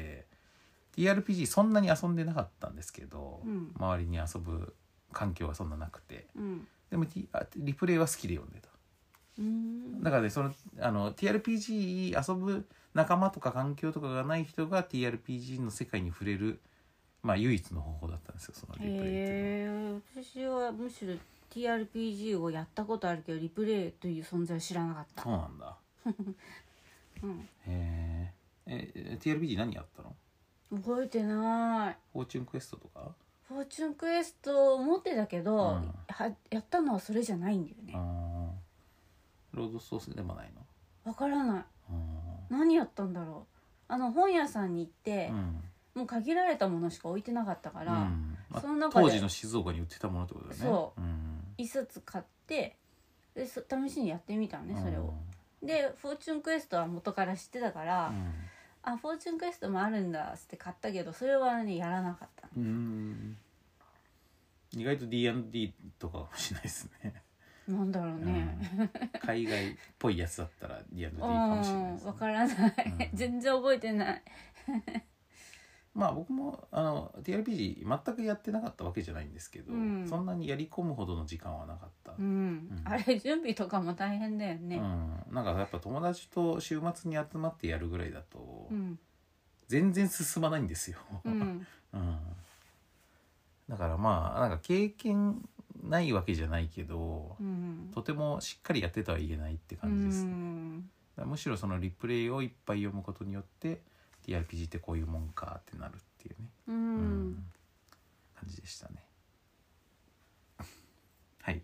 ティーアールピージー そんなに遊んでなかったんですけど、 うん、 周りに遊ぶ環境はそんななくて、 うん、 でも、T、リプレイは好きで読んでた。 うんだからねそのあの ティーアールピージー 遊ぶ仲間とか環境とかがない人が ティーアールピージー の世界に触れる、まあ、唯一の方法だったんですよそのリプレイっていうのは。 へえ、私はむしろ ティーアールピージー をやったことあるけどリプレイという存在を知らなかった。 そうなんだ、 うん、 へえ。え ティーアールピージー 何やったの？ 覚えてない。 フォーチュンクエストとか？ フォーチュンクエスト持ってたけど、うん、はやったのはそれじゃないんだよね。 あロードソースでもないの？わからない。何やったんだろう。あの本屋さんに行って、うん、もう限られたものしか置いてなかったから、うんまあ、その中で当時の静岡に売ってたものってことだよね。 そう、うん、一冊買ってで試しにやってみたのねそれを。でフォーチュンクエストは元から知ってたから、うん、あフォーチュンクエストもあるんだって買ったけどそれはねやらなかった。うん意外と ディーアンドディー とかかもしれないですね。 なんだろうね、 うん、海外っぽいやつだったら ディーアンドディー かもしれないです、ね。 わからない、うん、全然覚えてない。 まあ僕もあの ティーアールピージー 全くやってなかったわけじゃないんですけど、うん、そんなにやり込むほどの時間はなかった、 うんうん、あれ準備とかも大変だよね、 うん、なんかやっぱ友達と週末に集まってやるぐらいだと、うん、全然進まないんですよ、うんうん、だからまあなんか経験ないわけじゃないけど、うん、とてもしっかりやってとは言えないって感じですね、うん、むしろそのリプレイをいっぱい読むことによってティーアールピージー ってこういうもんかってなるっていうね、うん、うん、感じでしたね。はい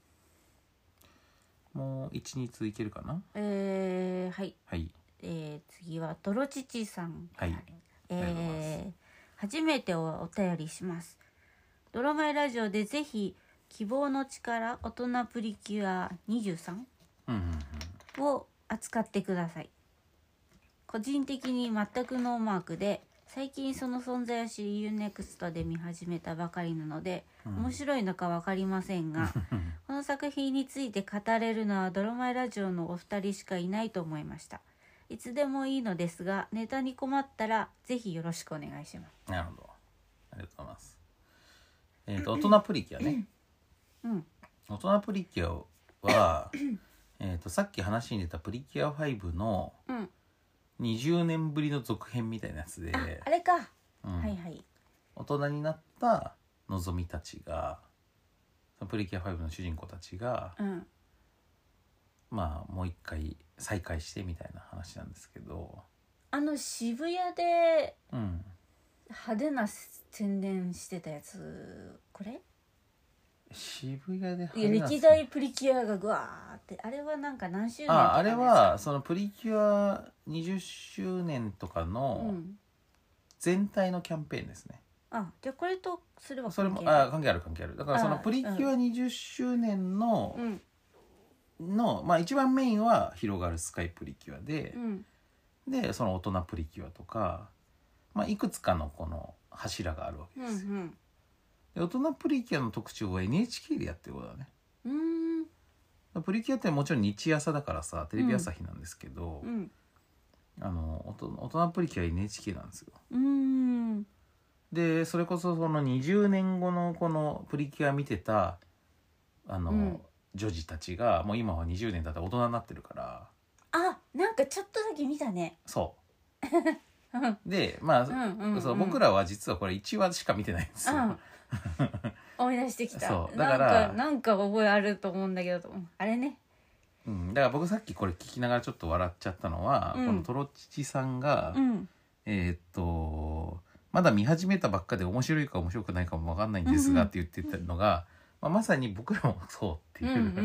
もう一日いけるかな。 えー、はい、 はいえー、次はトロチチさん、はい、えー、初めてお, お便りします。ドロマイラジオでぜひ希望の力大人プリキュアにじゅうさんを扱ってください。個人的に全くノーマークで最近その存在を知り ユーネクスト で見始めたばかりなので、うん、面白いのか分かりませんがこの作品について語れるのはドロマイラジオのお二人しかいないと思いました。いつでもいいのですがネタに困ったらぜひよろしくお願いします。 なるほどありがとうございます。えーと、大人プリキュアね、うん、大人プリキュアはえとさっき話に出たプリキュアファイブのにじゅうねんぶりの続編みたいなやつで、 あ、あれか、 うん、 はいはい、 大人になったのぞみたちがプリキュアファイブの主人公たちが、うん、まあもう一回再会してみたいな話なんですけど、 あの渋谷で派手な宣伝してたやつこれ渋谷で派手な歴代プリキュアがぐわーってあれはなんか何周年とかああれはそのプリキュアにじゅっしゅうねんとかの全体のキャンペーンですね、 うん、あじゃあこれとそれは関係あるそれもあ関係ある関係あるだからそのプリキュアにじゅっしゅうねんの、うん、のまあ一番メインは広がるスカイプリキュアで、うん、でその大人プリキュアとか、まあ、いくつかのこの柱があるわけです、うんうん、で大人プリキュアの特徴は エヌエイチケー でやってることだね。うーんプリキュアってもちろん日朝だからさテレビ朝日なんですけど、うん、あの大人プリキュア エヌエイチケー なんですよ。うーんでそれこそそのにじゅうねんごのこのプリキュア見てたあの、うん、女児たちがもう今はにじゅうねんだったら大人になってるからあなんかちょっとだけ見たね。 そうでまあ、うんうんうん、そう僕らは実はこれいちわしか見てないんですよ、うん思い出してきた。 そうだからなんかなんか覚えあると思うんだけどあれね、 うん、だから僕さっきこれ聞きながらちょっと笑っちゃったのは、うん、このトロチチさんが、うん、えー、っとまだ見始めたばっかで面白いか面白くないかも分かんないんですが、うん、って言ってたのが、まあ、まさに僕らもそうっていう、うんうんうん、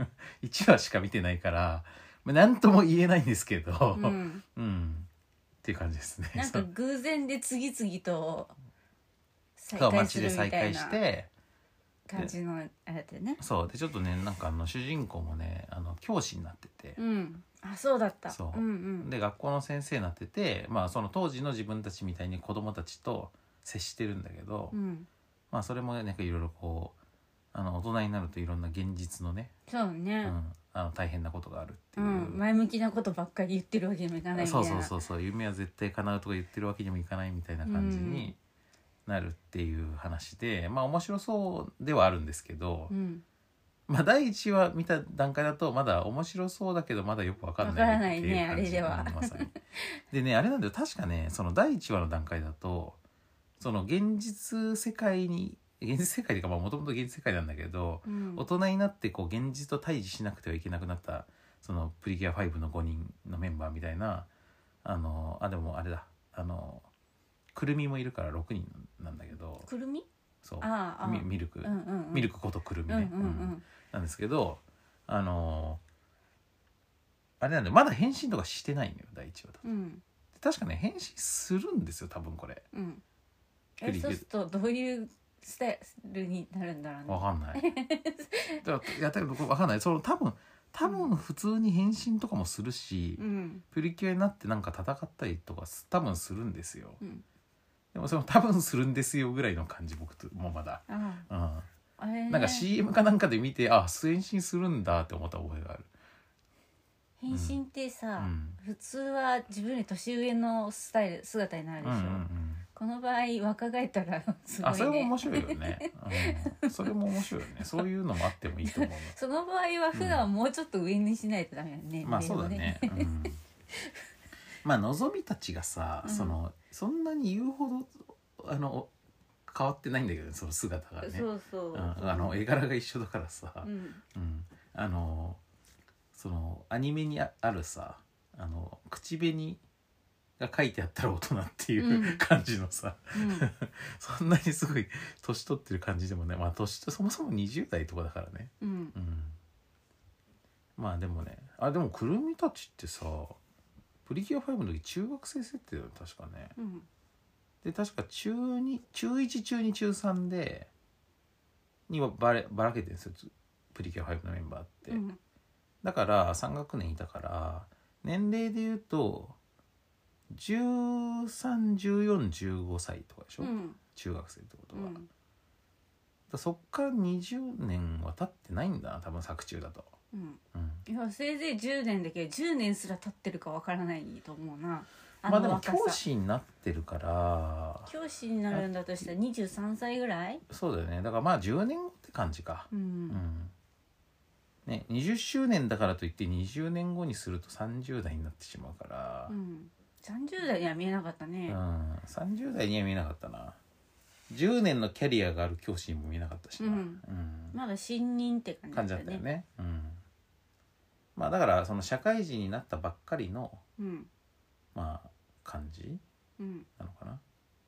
いちわしか見てないから何とも言えないんですけど、うんうん、っていう感じですね。 なんか偶然で次々と再会するみたいな街で再会して感じのあれでね。 そうでちょっとねなんかあの主人公もねあの教師になってて、うん、 あ、そうだった。 そう、 うんうん、 で学校の先生になってて、まあ、その当時の自分たちみたいに子供たちと接してるんだけど、 うん、 まあそれもなんかいろいろこうあの大人になるといろんな現実のね、 そうね、 うん、あの大変なことがあるっていう、 うん、前向きなことばっかり言ってるわけにもいかないみたいな。 そうそうそうそう、夢は絶対叶うとか言ってるわけにもいかないみたいな感じになるっていう話で、うん、まあ面白そうではあるんですけど、 うん、 まあだいいちわ見た段階だとまだ面白そうだけどまだよく分かんないっていう感じ、 分からないね、あれでは。 まさにでね、あれなんだよ、確かね、そのだいいちわの段階だとその現実世界に現実世界というかもともと現実世界なんだけど、うん、大人になってこう現実と対峙しなくてはいけなくなったそのプリキュアファイブのごにんのメンバーみたいな、あのあでもあれだ、あのくるみもいるからろくにんなんだけど、 くるみ、 そうああミルク、 うんうんうん、 ミルクことくるみね、 うんうんうん、 なんですけど、あのあれなんだよ、まだ変身とかしてないのよだいいちわだと、うん、確かね変身するんですよ多分これ、うん、 えそうするとどういうスタイルになるんだろうね。 わかんない。だからやったけどわかんない。その多分多分普通に変身とかもするし、うん、プリキュアになってなんか戦ったりとか多分するんですよ。うん、でもその多分するんですよぐらいの感じ僕ともうまだ。ああ、うん、なんか シーエム かなんかで見てあ変身するんだって思った覚えがある。 変身ってさ、うん、普通は自分より年上のスタイル姿になるでしょ。うんうんうん、この場合若返ったらすごいね。 あ、それも面白いよね、うん、それも面白いよね。そういうのもあってもいいと思うその場合は普段もうちょっと上にしないとダメだね、 うん、まあそうだね、うん、まあのぞみたちがさ、うん、そのそんなに言うほどあの変わってないんだけど、その姿がね、 そうそう、うん、 あの絵柄が一緒だからさ、うんうん、あのそのアニメに あ, あるさあの口紅が書いてあったら大人っていう感じのさ、うん、そんなにすごい年取ってる感じでもね、まあ年とそもそもにじゅう代とかだからね、うんうん、まあでもね、あでもくるみたちってさプリキュアファイブの時中学生設定だよ確かね、うん、で確か中に中いち中に中さんでにはばればらけてるんですよプリキュアファイブのメンバーって、うん、だからさん学年いたから年齢で言うとじゅうさん、じゅうよん、じゅうごさいとかでしょ、うん、中学生ってことは、うん、だそっからにじゅうねんは経ってないんだな多分作中だと、うんうん、いやせいぜいじゅうねんだけどじゅうねんすら経ってるかわからないと思うな。 あまあでも教師になってるから教師になるんだとしたらにじゅうさんさいぐらい。 そうだよね、だからまあじゅうねんごって感じか、うんうんね、にじゅっしゅうねんだからといってにじゅうねんごにするとさんじゅう代になってしまうから、うん、 さんじゅう代には見えなかったね、 うん、さんじゅう代には見えなかったな。じゅうねんのキャリアがある教師にも見えなかったしな、うんうん、 まだ新任って感じだったね。 感じだったよね、うん、まあだからその社会人になったばっかりの、うん、まあ感じ、うん、なのかな。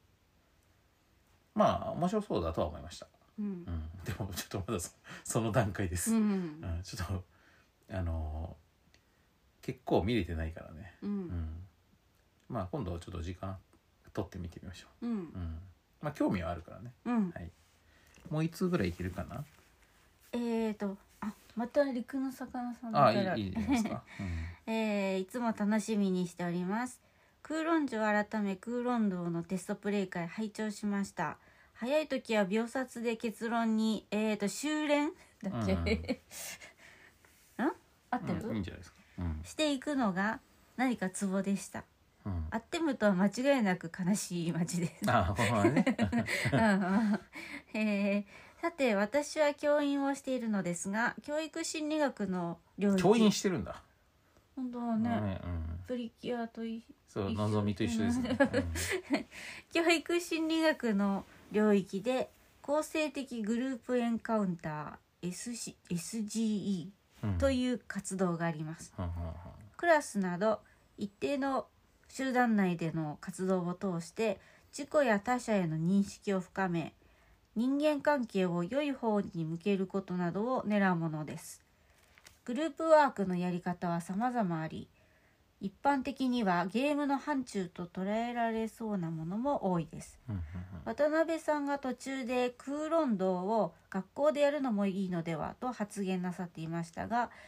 まあ面白そうだとは思いました、うんうん、でもちょっとまだ そ, その段階です、うんうんうん、ちょっとあのー、結構見れてないからね、うんうん、まあ今度ちょっと時間取ってみてみましょう、うんうん、まあ興味はあるからね、うんはい、もういつぐらいいけるかな。 えーとあまた陸の魚さんだからあいい、いいですか、 うんえー、いつも楽しみにしております。空論城改め空論道のテストプレイ会拝聴しました。早い時は秒殺で結論にえーと修練だっけ、うんうん、ん合ってる、 うん、いいんじゃないですか、うん、 していくのが何かツボでした、うん、アッテムとは間違いなく悲しい街です。 あほんまねえー、さて私は教員をしているのですが教育心理学の領域教員してるんだ本当はね、ねうん、プリキュアといそうのぞみと一緒ですね、うん、 教育心理学の領域で構成的グループエンカウンター エスジーイー という活動があります、うん、クラスなど一定の集団内での活動を通して自己や他者への認識を深め人間関係を良い方に向けることなどを狙うものです。グループワークのやり方は様々あり一般的にはゲームの範疇と捉えられそうなものも多いです。渡辺さんが途中で空論道を学校でやるのもいいのではと発言なさっていましたが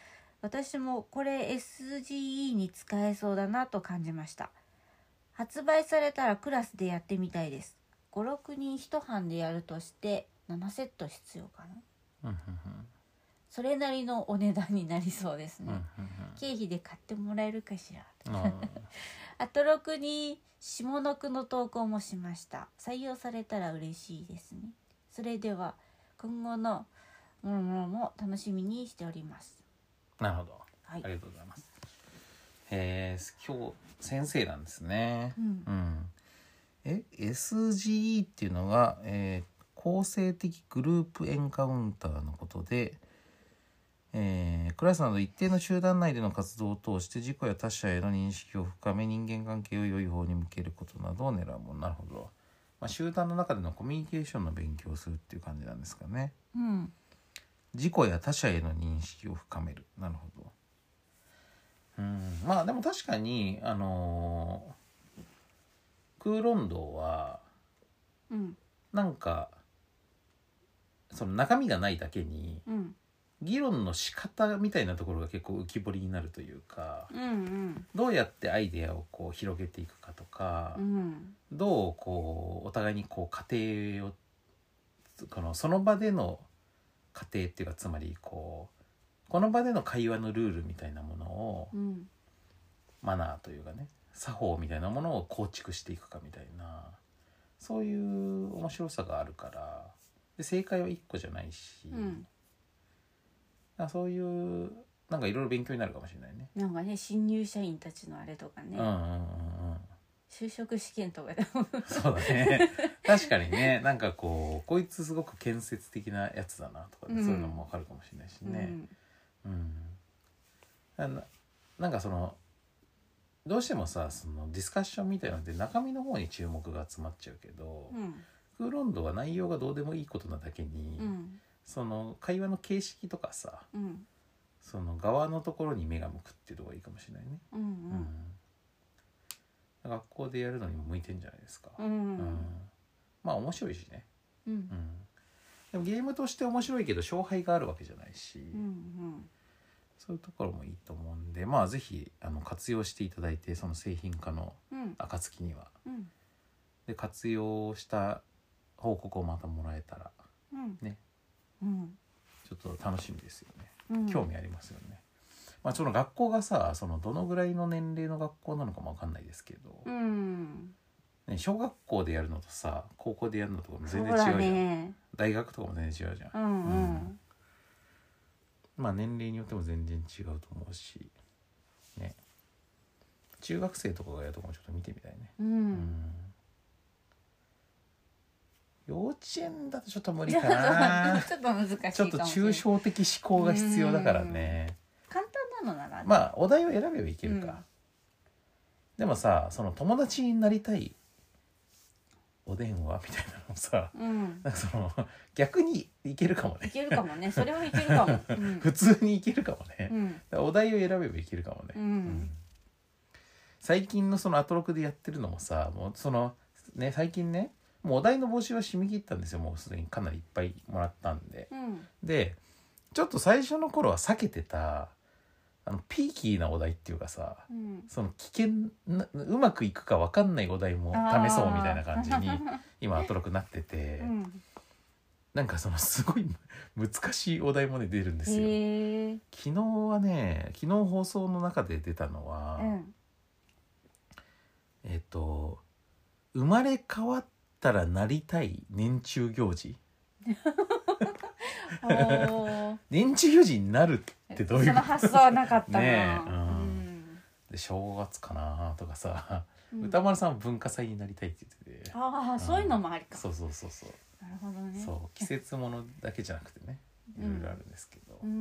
私もこれ エスジーイー に使えそうだなと感じました。発売されたらクラスでやってみたいです。ご、ろくにん一班でやるとしてななセット必要かな。それなりのお値段になりそうですね。経費で買ってもらえるかしら。あとろくに下の句の投稿もしました。採用されたら嬉しいですね。それでは今後のものも楽しみにしております。 なるほど、はい、ありがとうございます。えー、今日先生なんですね。うん、うん、え エスジーイー っていうのが、えー、構成的グループエンカウンターのことで、えー、クラスなど一定の集団内での活動を通して自己や他者への認識を深め、人間関係を良い方に向けることなどを狙うもの。なるほど、まあ、集団の中でのコミュニケーションの勉強をするっていう感じなんですかね。うん、自己や他者への認識を深める。なるほど。うん、まあでも確かにあのー、空論道は、うん、なんかその中身がないだけに、うん、議論の仕方みたいなところが結構浮き彫りになるというか、うんうん、どうやってアイデアをこう広げていくかとか、うん、どうこうお互いにこう過程をこのその場での過程っていうか、つまりこうこの場での会話のルールみたいなものを、うん、マナーというかね、作法みたいなものを構築していくかみたいな、そういう面白さがあるから、で正解はいっこじゃないし、うん、だそういうなんかいろいろ勉強になるかもしれないね。 なんかね、新入社員たちのあれとかね、うんうんうんうん、就職試験とかでもそうだね確かにね、なんかこうこいつすごく建設的なやつだなとか、ね、うん、そういうのも分かるかもしれないしね。うんうん、な, なんかそのどうしてもさ、そのディスカッションみたいなので中身の方に注目が集まっちゃうけど、うん、空論道は内容がどうでもいいことなだけに、うん、その会話の形式とかさ、うん、その側のところに目が向くっていうところがいいかもしれないね。うんうんうん、学校でやるのにも向いてんじゃないですか。うんうん、まあ面白いしね。うんうん、でもゲームとして面白いけど勝敗があるわけじゃないし、うんうん、そういうところもいいと思うんで、まあぜひあの活用していただいて、その製品化の暁には、うん、で活用した報告をまたもらえたら、うん、ね、うん、ちょっと楽しみですよね、うん、興味ありますよね。まあその学校がさ、そのどのぐらいの年齢の学校なのかも分かんないですけど、うんね、小学校でやるのとさ高校でやるのとかも全然違うじゃん、ね、大学とかも全然違うじゃん、うんうんうん、まあ年齢によっても全然違うと思うしね。中学生とかがやるとこもちょっと見てみたいね、うんうん、幼稚園だとちょっと無理かなちょっと難しいかもしれない。 ちょっと抽象的思考が必要だからね。 簡単なのならね、 まあお題を選べばいけるか、うん、でもさ、その友達になりたいお電話みたいなのさ、うん、なんかその逆にいけるかもね。 いけるかもね。それはいけるかも、うん、 普通にいけるかもね、うん、お題を選べばいけるかもね、うんうん、最近のそのアトロクでやってるのもさ、もうそのね、最近ね、もうお題の募集は締め切ったんですよ。もうすでにかなりいっぱいもらったんで、うん、でちょっと最初の頃は避けてたあのピーキーなお題っていうかさ、うん、その危険なうまくいくか分かんないお題も試そうみたいな感じに今アトロクなってて、うん、なんかそのすごい難しいお題もね出るんですよ。昨日はね、昨日放送の中で出たのは、うん、えっと生まれ変わったらなりたい年中行事年中行事になるってどういうこと？その発想はなかったな、 ね、うんうん、で正月かなとかさ、うん、歌丸さんは文化祭になりたいって言ってて、 ああ、そういうのもありか。 そうそうそうそう、 なるほどね。 そう季節ものだけじゃなくてね、いろいろあるんですけど、うん、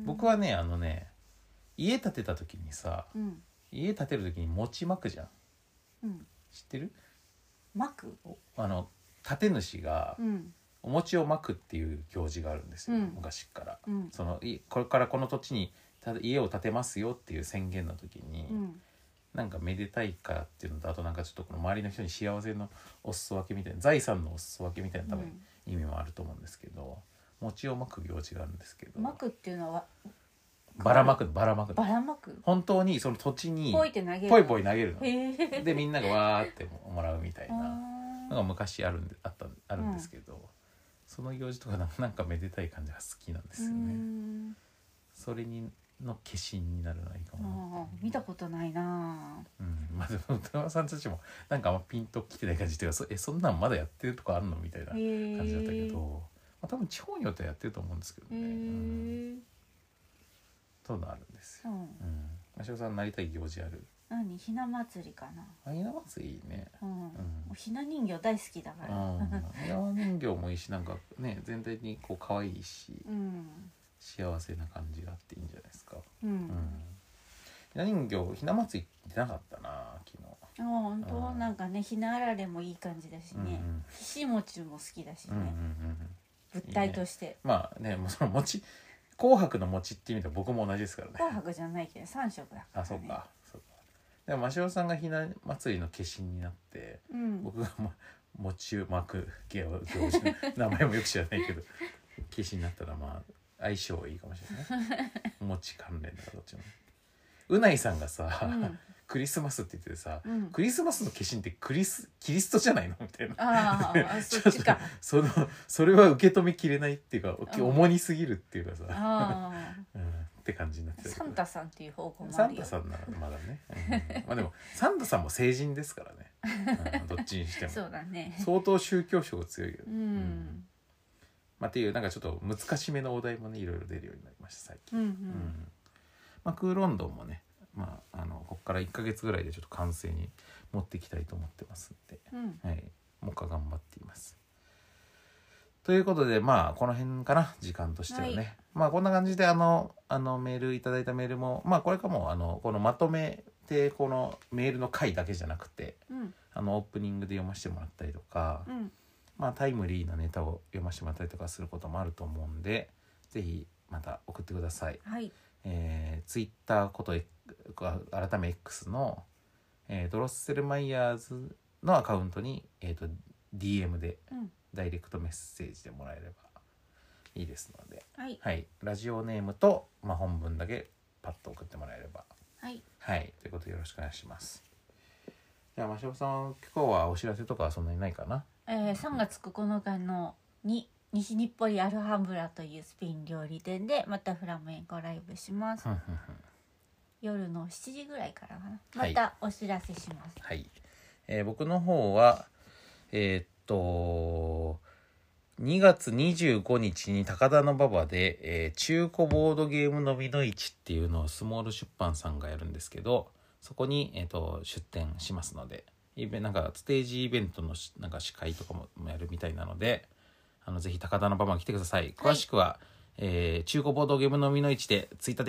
僕はね、あのね、家建てた時にさ、うん、家建てる時に餅巻くじゃん、うん、知ってる？ 巻く？ あの建主が、うんお餅を巻くっていう行事があるんですよ、うん、昔から、うん、そのこれからこの土地に家を建てますよっていう宣言の時に、うん、なんかめでたいからっていうのと、あとなんかちょっとこの周りの人に幸せのお裾分けみたいな、財産のお裾分けみたいな多分意味もあると思うんですけど、餅を巻く行事があるんですけど、 巻くっていうのはばらまくばらまくばらまく本当にその土地にポイって投げるポイポイ投げるのへでみんながわーってもらうみたいなのが昔あるんであったあるんですけど、うん、その行事とかなんかめでたい感じが好きなんですよね。それにの化身になるのはいいかもな。見たことないな。 うん、まあでも歌川さんたちもなんかあんまピンときてない感じで、そえそんなんまだやってるとこあるのみたいな感じだったけど、まあ、多分地方によってはやってると思うんですけどね。うん、そういうのあるんですよ。うん。うん、ましおさんなりたい行事ある？ 何？ひな祭りかな。 あ、ひな祭りいいね。 うん。うん、ひな人形大好きだから。うん、 ひな人形もいいし、なんかね全体にこう可愛いし。うん。幸せな感じがあっていいんじゃないですか。うん。うん、ひな人形ひな祭り出なかったな昨日。 あ、本当、うん、なんかねひなあられもいい感じだしね。ひし餅も好きだしね。うんうんうん、物体として。いいね、 まあねもうその餅紅白の餅っていう意味では僕も同じですからね。 紅白じゃないけど三色だから、ね。 あ、そうか。そうか。でもマシオさんがひな祭りの化身になって、うん、僕がも餅を巻く行事名前もよく知らないけど化身になったらまあ。相性はいいかもしれない餅関連だからどっちも。うないさんがさ、うん、クリスマスって言っててさ、うん、クリスマスの化身ってクリスキリストじゃないのみたいな。 ああそっちかそのそれは受け止めきれないっていうか重にすぎるっていうかさあ、うん、って感じになってる。 サンタさんっていう方向もあるよ。サンタさんならまだね、うん、まあでもサンタさんも成人ですからね、うん、どっちにしてもそうだね。相当宗教色強いよね。うん、うんまあ、っていうなんかちょっと難しめのお題もねいろいろ出るようになりました最近。うんうんうんまあ、クーロンドンもね、まあ、あのここからいっかげつぐらいでちょっと完成に持っていきたいと思ってますんで、うんはい、もう一回頑張っています。ということでまあこの辺かな時間としてはね、はい、まあこんな感じであのあのメールいただいたメールもまあこれからもあのこのまとめてこのメールの回だけじゃなくて、うん、あのオープニングで読ませてもらったりとか、うんまあ、タイムリーなネタを読ませてもらったりとかすることもあると思うんでぜひまた送ってください。はいえー、ツイッターこと改め X の、えー、ドロッセルマイヤーズのアカウントに、えー、と ディーエム で、うん、ダイレクトメッセージでもらえればいいですので、はいはい、ラジオネームと、まあ、本文だけパッと送ってもらえれば、はいはい、ということでよろしくお願いします。じゃあ真汐さん今日はお知らせとかはそんなにないかな。 えー、さんがつここのかのに西日暮里アルハンブラというスペイン料理店でまたフラメンコライブします。夜のしちじぐらいからかな。またお知らせします。 はい、はいえー、僕の方はえー、っとにがつにじゅうごにちに高田馬場で、えー、中古ボードゲーム飲みの市っていうのをスモール出版さんがやるんですけどそこに、えー、と出展しますのでイベなんかステージイベントのなんか司会とかもやるみたいなのであのぜひ高田馬場来てください。詳しくは、はいえー、中古ボードゲーム飲みの市でツイッターで